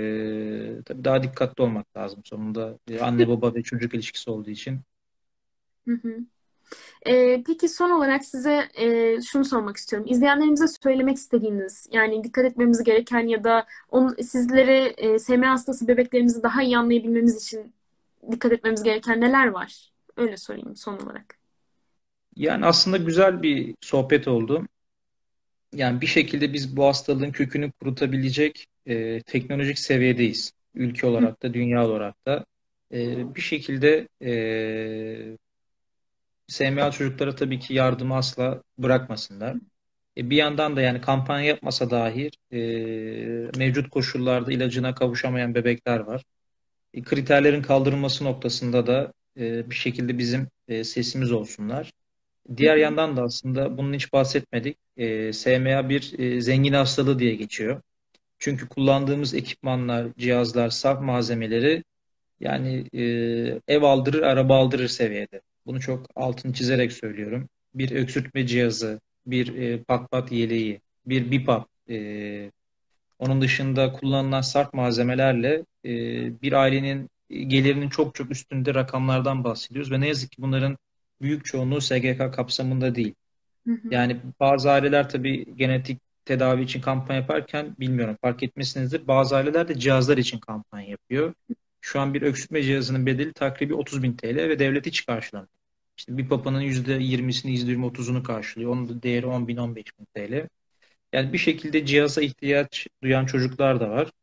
tabii daha dikkatli olmak lazım. Sonunda anne baba ve çocuk ilişkisi olduğu için. Hı hı. Peki son olarak size şunu sormak istiyorum. İzleyenlerimize söylemek istediğiniz, yani dikkat etmemiz gereken ya da sizleri SMA hastası bebeklerimizi daha iyi anlayabilmemiz için dikkat etmemiz gereken neler var? Öyle sorayım son olarak. Yani aslında güzel bir sohbet oldu. Yani bir şekilde biz bu hastalığın kökünü kurutabilecek teknolojik seviyedeyiz. Ülke Hı olarak da, dünya olarak da. Bir şekilde SMA çocuklara tabii ki yardımı asla bırakmasınlar. Bir yandan da yani kampanya yapmasa dahi mevcut koşullarda ilacına kavuşamayan bebekler var. Kriterlerin kaldırılması noktasında da bir şekilde bizim sesimiz olsunlar. hı. Diğer yandan da aslında bunun hiç bahsetmedik. SMA bir zengin hastalığı diye geçiyor. Çünkü kullandığımız ekipmanlar, cihazlar, saf malzemeleri yani ev aldırır, araba aldırır seviyede. Bunu çok altını çizerek söylüyorum. bir öksürtme cihazı, bir pat pat yeleği, bir BiPAP, onun dışında kullanılan sert malzemelerle bir ailenin gelirinin çok çok üstünde rakamlardan bahsediyoruz ve ne yazık ki bunların büyük çoğunluğu SGK kapsamında değil. Hı hı. Yani bazı aileler tabii genetik tedavi için kampanya yaparken bilmiyorum fark etmişsinizdir. Bazı aileler de cihazlar için kampanya yapıyor. Şu an bir öksürtme cihazının bedeli takribi 30 bin TL ve devlet hiç karşılamıyor. İşte bir papanın %20'sini, %20-30'unu karşılıyor. Onun da değeri 10 bin, 15 bin TL. Yani bir şekilde cihaza ihtiyaç duyan çocuklar da var.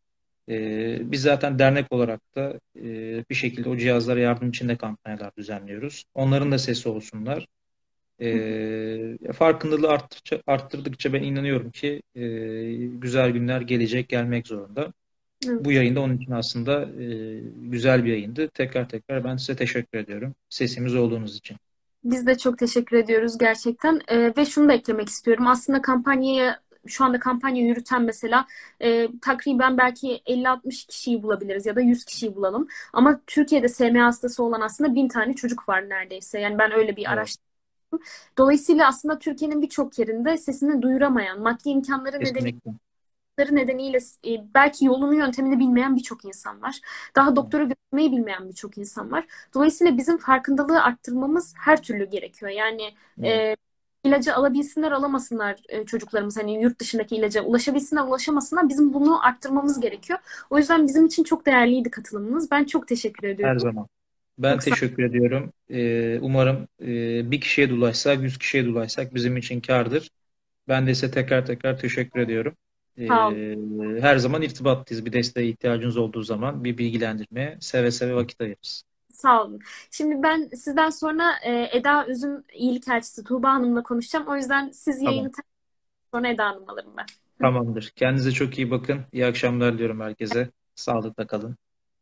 Biz zaten dernek olarak da bir şekilde o cihazlara yardım için de kampanyalar düzenliyoruz. Onların da sesi olsunlar. Hı hı. Farkındalığı arttırdıkça ben inanıyorum ki güzel günler gelecek, gelmek zorunda. Bu Evet. yayında onun için aslında güzel bir yayındı. Tekrar tekrar ben size teşekkür ediyorum. Sesimiz olduğunuz için. Biz de çok teşekkür ediyoruz gerçekten. Ve şunu da eklemek istiyorum. Aslında şu anda kampanya yürüten mesela takriben belki 50-60 kişiyi bulabiliriz ya da 100 kişiyi bulalım. Ama Türkiye'de SMA hastası olan aslında 1000 tane çocuk var neredeyse. Yani ben öyle bir Evet, araştırdım. Dolayısıyla aslında Türkiye'nin birçok yerinde sesini duyuramayan, maddi imkanları kesinlikle. nedeniyle belki yolunu yöntemini bilmeyen birçok insan var. Daha Evet, doktora götürmeyi bilmeyen birçok insan var. Dolayısıyla bizim farkındalığı arttırmamız her türlü gerekiyor. Yani evet. ilacı alabilsinler alamasınlar çocuklarımız hani yurt dışındaki ilaca ulaşabilsinler ulaşamasınlar bizim bunu arttırmamız gerekiyor. O yüzden bizim için çok değerliydi katılımınız. Ben çok teşekkür Her ediyorum. zaman. Ben Çok sağ teşekkür ediyorum. Umarım bir kişiye de ulaşsak, 100 kişiye de ulaşsak bizim için kârdır. Ben de size tekrar tekrar teşekkür ediyorum. olun. Her zaman irtibattayız. Bir desteğe ihtiyacınız olduğu zaman bir bilgilendirmeye seve seve vakit ayırırız. Sağ olun. Şimdi ben sizden sonra Eda Öz'ün iyilik elçisi Tuğba Hanım'la konuşacağım. O yüzden siz Tamam. yayını sonra Eda Hanım alırım ben. Hı. Tamamdır. Kendinize çok iyi bakın. İyi akşamlar diliyorum herkese. Sağlıkla kalın.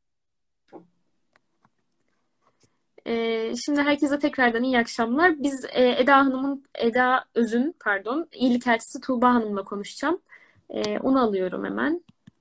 Şimdi herkese tekrardan iyi akşamlar. Biz Eda Öz'ün pardon iyilik elçisi Tuğba Hanım'la konuşacağım. Onu alıyorum hemen.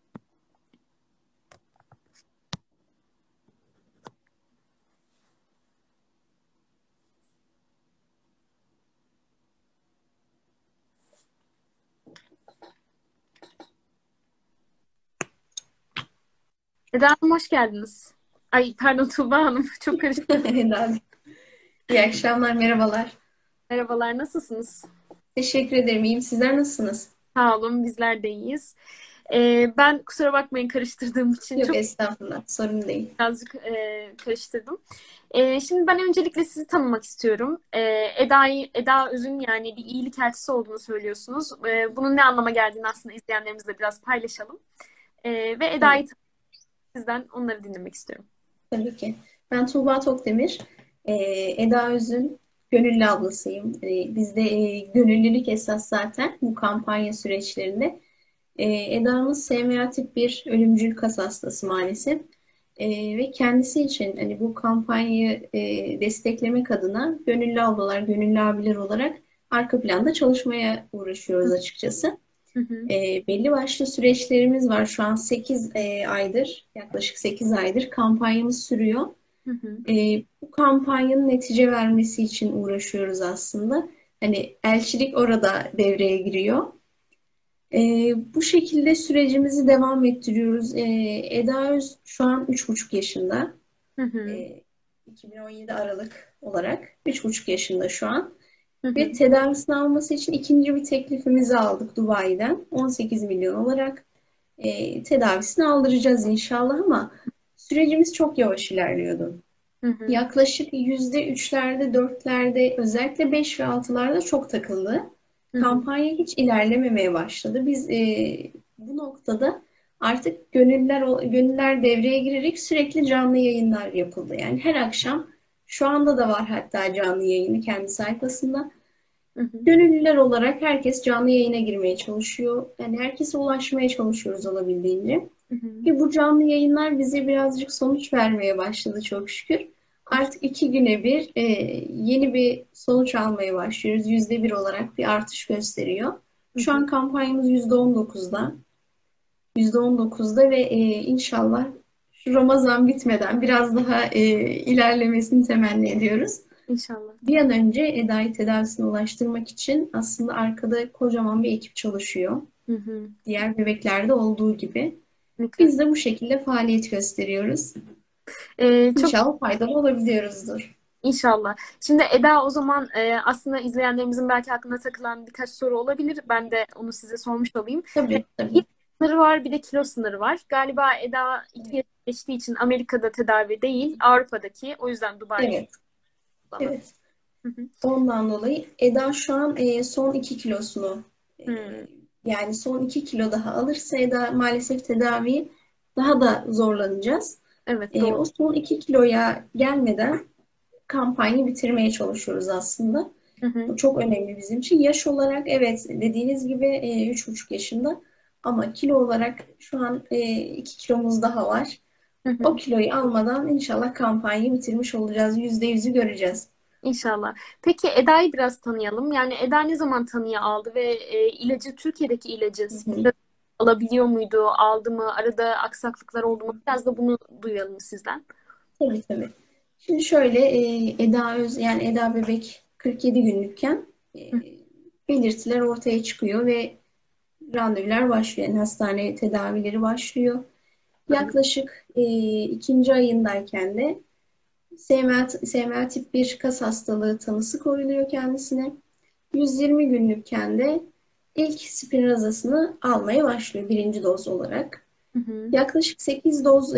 Eda Hanım hoş geldiniz. Ay pardon Tuğba Hanım çok karışık. Eda, İyi akşamlar, merhabalar. Merhabalar nasılsınız? Teşekkür ederim. İyiyim. Sizler nasılsınız? Sağ olun bizler de iyiyiz. Ben kusura bakmayın karıştırdığım için Yok, çok estağfurullah. Sorun değil. birazcık karıştırdım. Şimdi ben öncelikle sizi tanımak istiyorum. Eda Öz'ün yani bir iyilik elçisi olduğunu söylüyorsunuz. Bunun ne anlama geldiğini aslında izleyenlerimizle biraz paylaşalım. Ve Evet, Eda'yı sizden onları dinlemek istiyorum. tabii ki. Ben Tuğba Tokdemir. Eda Öz'ün gönüllü ablasıyım. Bizde gönüllülük esas zaten bu kampanya süreçlerinde. Eda'mız SMA tip bir ölümcül kas hastası maalesef. Ve kendisi için hani bu kampanyayı desteklemek adına gönüllü ablalar, gönüllü abiler olarak arka planda çalışmaya uğraşıyoruz açıkçası. Hı hı, Belli başlı süreçlerimiz var. Şu an 8 aydır, yaklaşık 8 aydır kampanyamız sürüyor. hı hı, Bu kampanyanın netice vermesi için uğraşıyoruz aslında. Hani elçilik orada devreye giriyor. Bu şekilde sürecimizi devam ettiriyoruz. Eda Öz şu an 3,5 yaşında. hı hı, 2017 Aralık olarak 3,5 yaşında şu an. hı Ve hı, tedavisini alması için ikinci bir teklifimizi aldık Dubai'den. 18 milyon olarak tedavisini aldıracağız inşallah ama sürecimiz çok yavaş ilerliyordu. hı hı, Yaklaşık %3'lerde, 4'lerde, özellikle 5 ve 6'larda çok takıldı. hı hı, Kampanya hiç ilerlememeye başladı. Biz bu noktada artık gönüller devreye girerek sürekli canlı yayınlar yapıldı. Yani her akşam şu anda da var hatta canlı yayını kendi sayfasında. hı hı, Gönüllüler olarak herkes canlı yayına girmeye çalışıyor. Yani herkese ulaşmaya çalışıyoruz olabildiğince. hı hı. Ve bu canlı yayınlar bize birazcık sonuç vermeye başladı çok şükür. Artık 2 güne bir yeni bir sonuç almaya başlıyoruz. %1 olarak bir artış gösteriyor. Hı Şu hı. an kampanyamız %19'da. %19'da ve inşallah şu Ramazan bitmeden biraz daha ilerlemesini temenni ediyoruz. İnşallah. Bir an önce Eda'yı tedavisine ulaştırmak için aslında arkada kocaman bir ekip çalışıyor. Hı hı. Diğer bebeklerde olduğu gibi. Kesinlikle. Biz de bu şekilde faaliyet gösteriyoruz. Çok İnşallah faydalı olabiliyoruzdur. inşallah. Şimdi Eda, o zaman aslında izleyenlerimizin belki aklına takılan birkaç soru olabilir. Ben de onu size sormuş olayım. Tabii, Bir tabii. sınırı var, bir de kilo sınırı var. Galiba Eda 2 yaş geçtiği için Amerika'da tedavi değil, Avrupa'daki. O yüzden Dubai'ye Evet, anladım. evet. Hı hı. Ondan dolayı Eda şu an son 2 kilosunu e, Hmm. yani son 2 kilo daha alırsa Eda maalesef tedaviyi daha da zorlanacağız. Evet, doğru. O son 2 kiloya gelmeden kampanyayı bitirmeye çalışıyoruz aslında. Hı hı. Bu çok önemli bizim için. Yaş olarak evet dediğiniz gibi 3,5 yaşında ama kilo olarak şu an 2 kilomuz daha var. Hı O hı. kiloyu almadan inşallah kampanyayı bitirmiş olacağız. %100'ü göreceğiz. İnşallah. Peki Eda'yı biraz tanıyalım. Yani Eda ne zaman tanıya aldı ve ilacı, Türkiye'deki ilacı Hı hı. alabiliyor muydu? Aldı mı? Arada aksaklıklar oldu mu? Biraz da bunu duyalım sizden. Tabii tabii. Şimdi şöyle Eda Öz yani Eda bebek 47 günlükken Hı belirtiler ortaya çıkıyor ve randevular başlıyor. Yani hastane tedavileri başlıyor. hı. Yaklaşık ikinci ayındayken de SMA tip 1 kas hastalığı tanısı koyuluyor kendisine. 120 günlükken de ilk spinrazasını almaya başlıyor birinci doz olarak. Hı hı. Yaklaşık 8 doz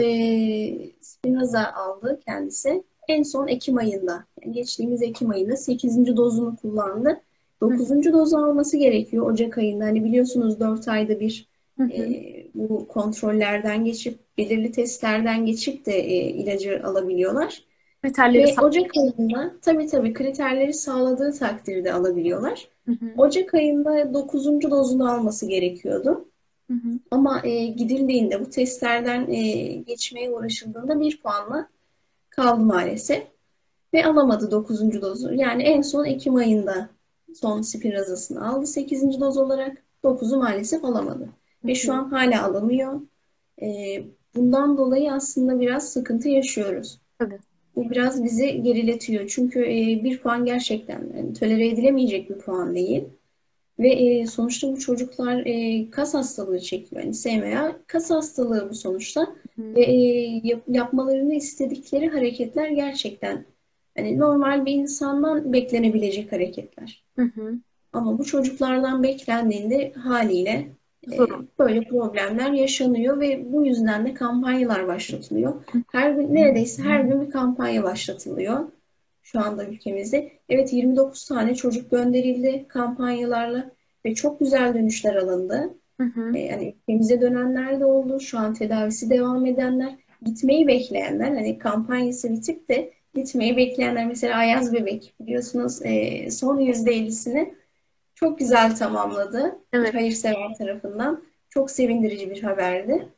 Spinoza aldı kendisi. En son Ekim ayında, yani geçtiğimiz Ekim ayında 8. dozunu kullandı. Hı 9. dozu alması gerekiyor Ocak ayında. Hani biliyorsunuz 4 ayda bir hı. e, Hı. bu kontrollerden geçip, belirli testlerden geçip de ilacı alabiliyorlar. Kriterleri Ve sağ. Ocak ayında tabii tabii kriterleri sağladığı takdirde alabiliyorlar. Hı hı. Ocak ayında 9. dozunu alması gerekiyordu. Hı hı. Ama gidildiğinde bu testlerden geçmeye uğraşıldığında bir puanla kaldı maalesef. Ve alamadı 9. dozu. Yani en son Ekim ayında son Spinraza'sını aldı 8. doz olarak. 9'u maalesef alamadı. Hı Ve şu hı. an hala alamıyor. E, Bundan dolayı aslında biraz sıkıntı yaşıyoruz. Tabii. Bu biraz bizi geriletiyor. Çünkü bir puan gerçekten yani tolere edilemeyecek bir puan değil. Ve sonuçta bu çocuklar kas hastalığı çekiyor. Yani SMA kas hastalığı bu sonuçta. Hı hı. Ve yapmalarını istedikleri hareketler gerçekten hani normal bir insandan beklenebilecek hareketler. Hı hı. Ama bu çocuklardan beklendiğinde haliyle Zor. böyle problemler yaşanıyor ve bu yüzden de kampanyalar başlatılıyor. Her gün neredeyse her gün bir kampanya başlatılıyor şu anda ülkemizde. Evet 29 tane çocuk gönderildi kampanyalarla ve çok güzel dönüşler alındı. Hı hı. Yani ülkemize dönenler de oldu. Şu an tedavisi devam edenler, gitmeyi bekleyenler, hani kampanyası bitip de gitmeyi bekleyenler. Mesela Ayaz Bebek biliyorsunuz son %50'sini çok güzel tamamladı bir Evet. hayırsever tarafından. Çok sevindirici bir haberdi.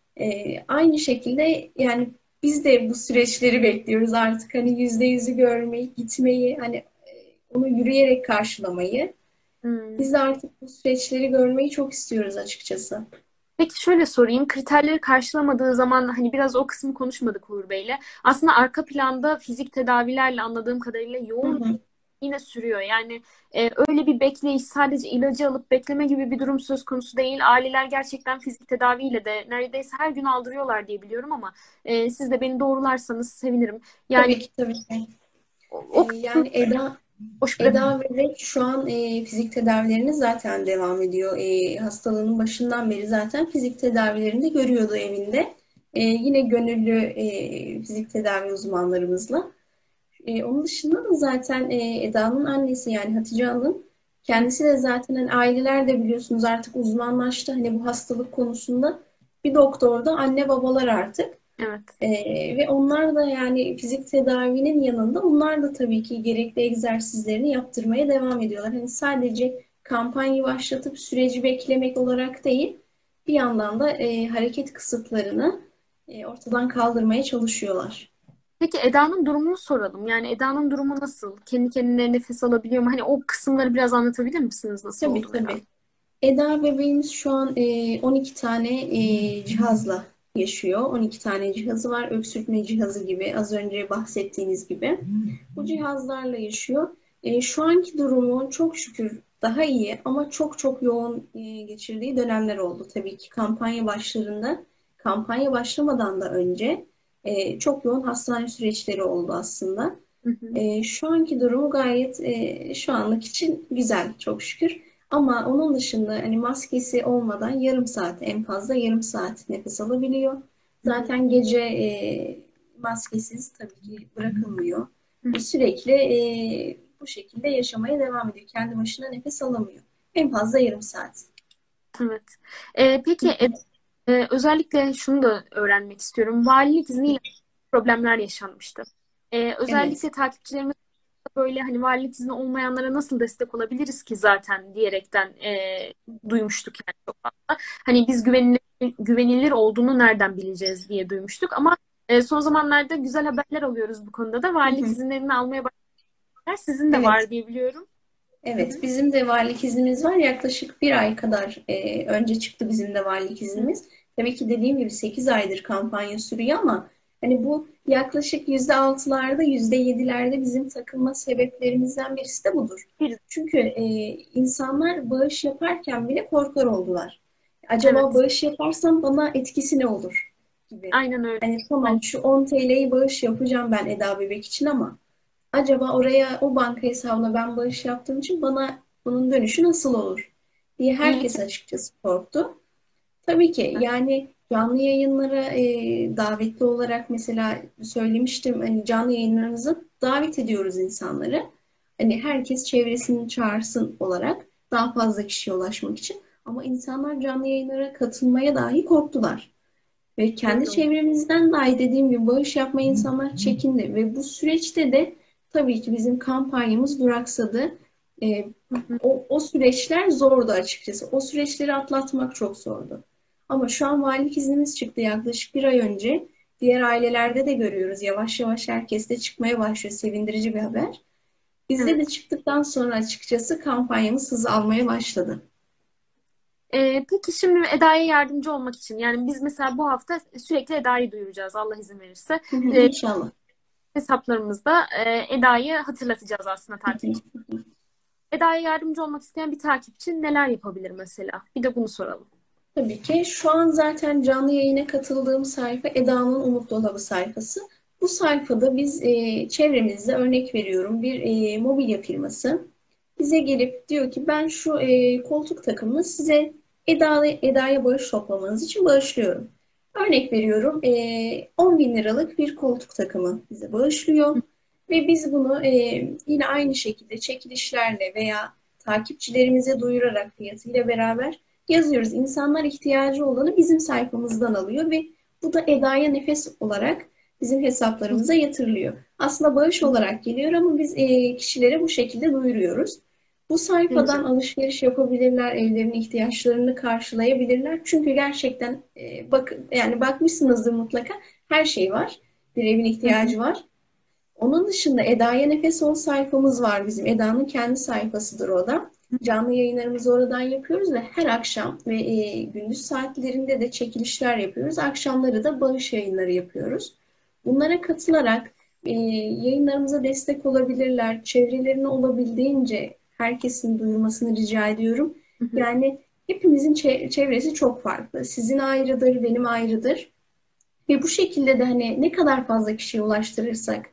Aynı şekilde yani biz de bu süreçleri bekliyoruz artık. Hani %100'ü görmeyi, gitmeyi, hani onu yürüyerek karşılamayı. Hmm. Biz de artık bu süreçleri görmeyi çok istiyoruz açıkçası. Peki şöyle sorayım. Kriterleri karşılamadığı zaman hani biraz o kısmı konuşmadık Uğur Bey'le. Aslında arka planda fizik tedavilerle anladığım kadarıyla Hı yoğun hı. yine sürüyor. Yani öyle bir bekleyiş, sadece ilacı alıp bekleme gibi bir durum söz konusu değil. Aileler gerçekten fizik tedaviyle de neredeyse her gün aldırıyorlar diye biliyorum ama siz de beni doğrularsanız sevinirim. Yani Tabii ki tabii ki. o kısmı Yani boş bırak. Eda Bebek şu an fizik tedavilerini zaten devam ediyor. Hastalığının başından beri zaten fizik tedavilerini de görüyordu evinde. Yine gönüllü fizik tedavi uzmanlarımızla. Onun dışında da zaten Eda'nın annesi yani Hatice Hanım kendisi de zaten hani aileler de biliyorsunuz artık uzmanlaştı. Hani bu hastalık konusunda bir doktor da anne babalar artık. Evet. Ve onlar da yani fizik tedavinin yanında onlar da tabii ki gerekli egzersizlerini yaptırmaya devam ediyorlar. Hani sadece kampanyayı başlatıp süreci beklemek olarak değil, bir yandan da hareket kısıtlarını ortadan kaldırmaya çalışıyorlar. Peki Eda'nın durumunu soralım. Yani Eda'nın durumu nasıl? Kendi kendine nefes alabiliyor mu? Hani o kısımları biraz anlatabilir misiniz? Nasıl Tabii oldu Eda? tabii. Eda bebeğimiz şu an 12 tane cihazla yaşıyor. 12 tane cihazı var. Öksürtme cihazı gibi, az önce bahsettiğiniz gibi. Bu cihazlarla yaşıyor. Şu anki durumu çok şükür daha iyi ama çok çok yoğun geçirdiği dönemler oldu. Tabii ki kampanya başlarında, kampanya başlamadan da önce çok yoğun hastane süreçleri oldu aslında. Hı hı. Şu anki durumu gayet şu anlık için güzel çok şükür. Ama onun dışında hani maskesi olmadan yarım saat, en fazla yarım saat nefes alabiliyor. Hı hı. Zaten gece maskesiz tabii ki bırakılmıyor. Hı hı. Sürekli bu şekilde yaşamaya devam ediyor. Kendi başına nefes alamıyor. En fazla yarım saat. Evet. Peki özellikle şunu da öğrenmek istiyorum. Valilik izniyle problemler yaşanmıştı. Evet. Özellikle takipçilerimiz böyle hani valilik izni olmayanlara nasıl destek olabiliriz ki zaten diyerekten duymuştuk yani çok fazla. Hani biz güvenilir olduğunu nereden bileceğiz diye duymuştuk ama son zamanlarda güzel haberler alıyoruz bu konuda da. Hı Valilik hı. izinlerini almaya başladılar. Sizin de Evet. var diye biliyorum. Hı Evet, hı. bizim de valilik iznimiz var. Yaklaşık bir ay kadar önce çıktı bizim de valilik Hı iznimiz. Tabii ki dediğim gibi 8 aydır kampanya sürüyor ama hani bu yaklaşık %6'larda, %7'lerde bizim takılma sebeplerimizden birisi de budur. hı. Çünkü insanlar bağış yaparken bile korkar oldular. Acaba Evet. bağış yaparsam bana etkisi ne olur gibi. Aynen öyle. Hani tamam şu 10 TL'yi bağış yapacağım ben Eda Bebek için ama acaba oraya o banka hesabına ben bağış yaptığım için bana bunun dönüşü nasıl olur diye İyilik. herkes açıkçası korktu. Tabii ki yani canlı yayınlara davetli olarak mesela söylemiştim hani canlı yayınlarımıza davet ediyoruz insanları. Hani herkes çevresini çağırsın olarak daha fazla kişiye ulaşmak için. Ama insanlar canlı yayınlara katılmaya dahi korktular. Ve kendi Öyle oldu. çevremizden dahi dediğim gibi bağış yapmaya insanlar çekindi. Ve bu süreçte de tabii ki bizim kampanyamız duraksadı. Ee, Hı hı. o süreçler zordu açıkçası. O süreçleri atlatmak çok zordu. Ama şu an valilik iznimiz çıktı yaklaşık bir ay önce. Diğer ailelerde de görüyoruz. Yavaş yavaş herkes de çıkmaya başlıyor. Sevindirici bir haber. Bizde de Evet. çıktıktan sonra açıkçası kampanyamız hız almaya başladı. Peki şimdi Eda'ya yardımcı olmak için yani biz mesela bu hafta sürekli Eda'yı duyuracağız Allah izin verirse. İnşallah. Hesaplarımızda Eda'yı hatırlatacağız aslında takipçi. Eda'ya yardımcı olmak isteyen bir takipçi neler yapabilir mesela? Bir de bunu soralım. Tabii ki. Şu an zaten canlı yayına katıldığım sayfa Eda'nın Umut Dolabı sayfası. Bu sayfada biz çevremizde örnek veriyorum bir mobilya firması bize gelip diyor ki ben şu koltuk takımını size Eda'ya bağış toplamanız için bağışlıyorum. Örnek veriyorum 10 bin liralık bir koltuk takımı bize bağışlıyor ve biz bunu yine aynı şekilde çekilişlerle veya takipçilerimize duyurarak fiyatıyla beraber yazıyoruz. İnsanlar ihtiyacı olanı bizim sayfamızdan alıyor ve bu da Eda'ya nefes olarak bizim hesaplarımıza yatırılıyor. Aslında bağış olarak geliyor ama biz kişilere bu şekilde duyuruyoruz. Bu Ne güzel. sayfadan alışveriş yapabilirler, evlerinin ihtiyaçlarını karşılayabilirler. Çünkü gerçekten yani bakmışsınızdır mutlaka her şey var. Bir evin Hı hı. ihtiyacı var. Onun dışında Eda'ya Nefes Ol sayfamız var bizim. Eda'nın kendi sayfasıdır o da. Canlı yayınlarımızı oradan yapıyoruz ve her akşam ve gündüz saatlerinde de çekilişler yapıyoruz. Akşamları da bağış yayınları yapıyoruz. Bunlara katılarak yayınlarımıza destek olabilirler. Çevrelerine olabildiğince herkesin duyurmasını rica ediyorum. Hı hı. Yani hepimizin çevresi çok farklı. Sizin ayrıdır, benim ayrıdır. Ve bu şekilde de hani ne kadar fazla kişiye ulaştırırsak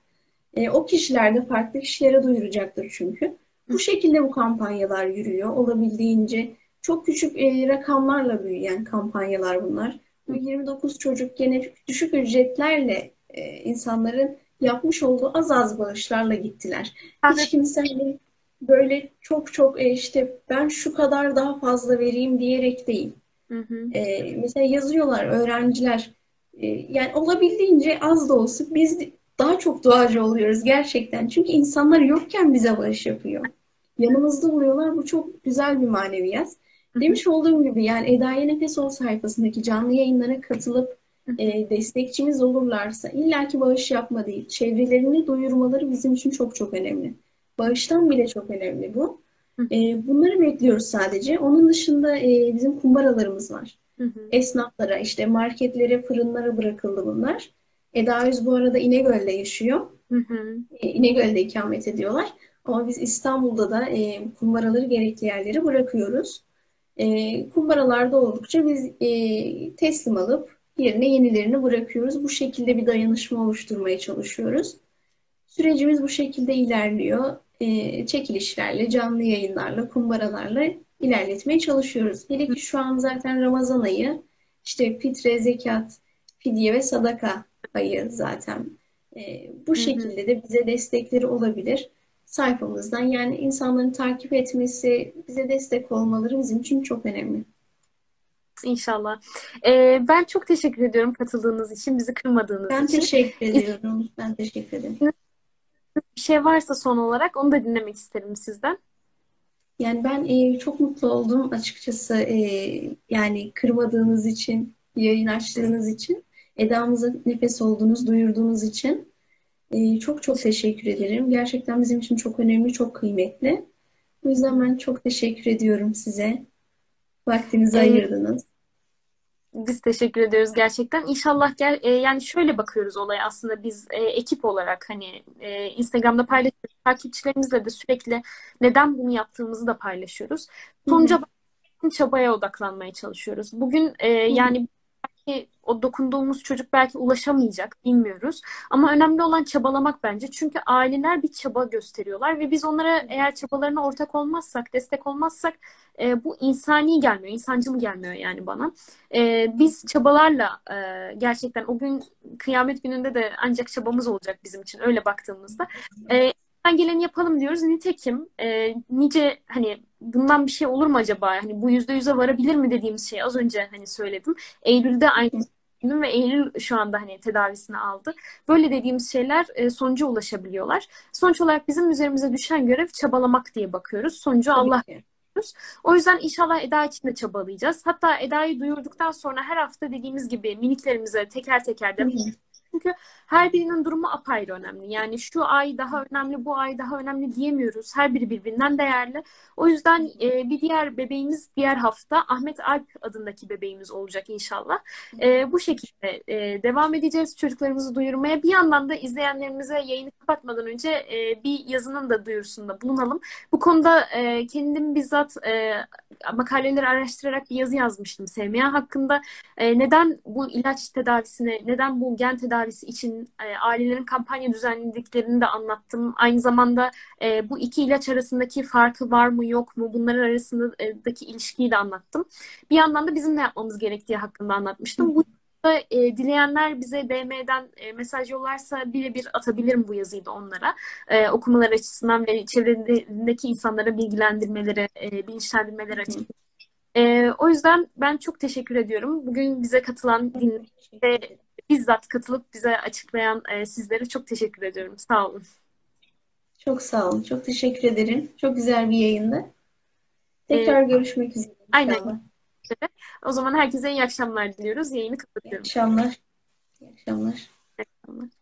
o kişiler de farklı kişilere duyuracaktır çünkü. Bu şekilde bu kampanyalar yürüyor. Olabildiğince çok küçük rakamlarla büyüyen kampanyalar bunlar. Bu 29 çocuk gene düşük ücretlerle insanların yapmış olduğu az az bağışlarla gittiler. Hiç Evet. kimse hani böyle çok çok işte ben şu kadar daha fazla vereyim diyerek değil. Hı hı. Mesela yazıyorlar öğrenciler. Yani olabildiğince az da olsa biz daha çok duacı oluyoruz gerçekten. Çünkü insanlar yokken bize bağış yapıyor. Yanımızda oluyorlar. Bu çok güzel bir maneviyat. Hı hı. Demiş olduğum gibi yani Eda'ya Nefes Ol sayfasındaki canlı yayınlara katılıp Hı hı. destekçimiz olurlarsa illaki bağış yapma değil. Çevrelerini duyurmaları bizim için çok çok önemli. Bağıştan bile çok önemli bu. Hı Bunları bekliyoruz sadece. Onun dışında bizim kumbaralarımız var. Hı hı. Esnaflara, işte marketlere, fırınlara bırakıldı bunlar. Eda Öz bu arada İnegöl'de yaşıyor. Hı hı. İnegöl'de ikamet ediyorlar. Ama biz İstanbul'da da kumbaraları gerekli yerlere bırakıyoruz. Kumbaralarda oldukça biz teslim alıp yerine yenilerini bırakıyoruz. Bu şekilde bir dayanışma oluşturmaya çalışıyoruz. Sürecimiz bu şekilde ilerliyor. Çekilişlerle, canlı yayınlarla, kumbaralarla ilerletmeye çalışıyoruz. Hele ki şu an zaten Ramazan ayı, işte fitre, zekat, fidye ve sadaka ayı zaten. Bu Hı hı. şekilde de bize destekleri olabilir sayfamızdan. Yani insanların takip etmesi, bize destek olmaları bizim için çok önemli. İnşallah. Ben çok teşekkür ediyorum katıldığınız için, bizi kırmadığınız Ben için. teşekkür ediyorum. Ben teşekkür ederim. İstediğiniz bir şey varsa son olarak onu da dinlemek isterim sizden. Yani ben çok mutlu oldum açıkçası. Yani kırmadığınız için, yayın Siz, açtığınız için, Eda'mıza nefes olduğunuz, duyurduğunuz için çok çok teşekkür ederim. Gerçekten bizim için çok önemli, çok kıymetli. O yüzden ben çok teşekkür ediyorum size. Vaktinizi e, ayırdınız. Biz teşekkür ediyoruz gerçekten. İnşallah yani şöyle bakıyoruz olaya aslında biz ekip olarak hani Instagram'da paylaşıyoruz. Takipçilerimizle de sürekli neden bunu yaptığımızı da paylaşıyoruz. Hı hı, Sonuca bakın, çabaya odaklanmaya çalışıyoruz. Bugün hı hı, yani o dokunduğumuz çocuk belki ulaşamayacak, bilmiyoruz. Ama önemli olan çabalamak bence. Çünkü aileler bir çaba gösteriyorlar ve biz onlara eğer çabalarına ortak olmazsak, destek olmazsak bu insani gelmiyor, insancıl gelmiyor yani bana. Biz çabalarla gerçekten o gün kıyamet gününde de ancak çabamız olacak bizim için öyle baktığımızda. Elimizden geleni yapalım diyoruz. Nitekim nice hani bundan bir şey olur mu acaba? Hani bu %100'e varabilir mi dediğimiz şeyi az önce hani söyledim. Eylül'de hı aynı hı. düşündüm ve Eylül şu anda hani tedavisini aldı. Böyle dediğimiz şeyler sonuca ulaşabiliyorlar. Sonuç olarak bizim üzerimize düşen görev çabalamak diye bakıyoruz. Sonucu Tabii Allah ki. biliyoruz. O yüzden inşallah Eda için de çabalayacağız. Hatta Eda'yı duyurduktan sonra her hafta dediğimiz gibi miniklerimize teker teker Hı de hı. çünkü her birinin durumu apayrı önemli. Yani şu ay daha önemli, bu ay daha önemli diyemiyoruz. Her biri birbirinden değerli. O yüzden bir diğer bebeğimiz diğer hafta Ahmet Alp adındaki bebeğimiz olacak inşallah. Bu şekilde devam edeceğiz çocuklarımızı duyurmaya. Bir yandan da izleyenlerimize yayını kapatmadan önce bir yazının da duyurusunda bulunalım. Bu konuda kendim bizzat makaleleri araştırarak bir yazı yazmıştım SMA hakkında. Neden bu ilaç tedavisine, neden bu gen tedavisi için ailelerin kampanya düzenlediklerini de anlattım. Aynı zamanda bu iki ilaç arasındaki farkı var mı yok mu, bunların arasındaki ilişkiyi de anlattım. Bir yandan da bizim ne yapmamız gerektiği hakkında Hı anlatmıştım. Bu da, dileyenler bize DM'den mesaj yollarsa birebir atabilirim bu yazıyı da onlara. Okumalar açısından ve çevrelerindeki insanlara bilgilendirmeleri, bilinçlendirmeleri hı. açısından. O yüzden ben çok teşekkür ediyorum. Bugün bize katılan, Ben teşekkür ve ederim. bizzat katılıp bize açıklayan sizlere çok teşekkür ediyorum. Sağ olun. Çok sağ olun. Çok teşekkür ederim. Çok güzel bir yayındı. Ee, Tekrar görüşmek üzere aynen. inşallah. O zaman herkese iyi akşamlar diliyoruz. Yayını İyi kapatıyorum. akşamlar. İyi akşamlar. İyi akşamlar.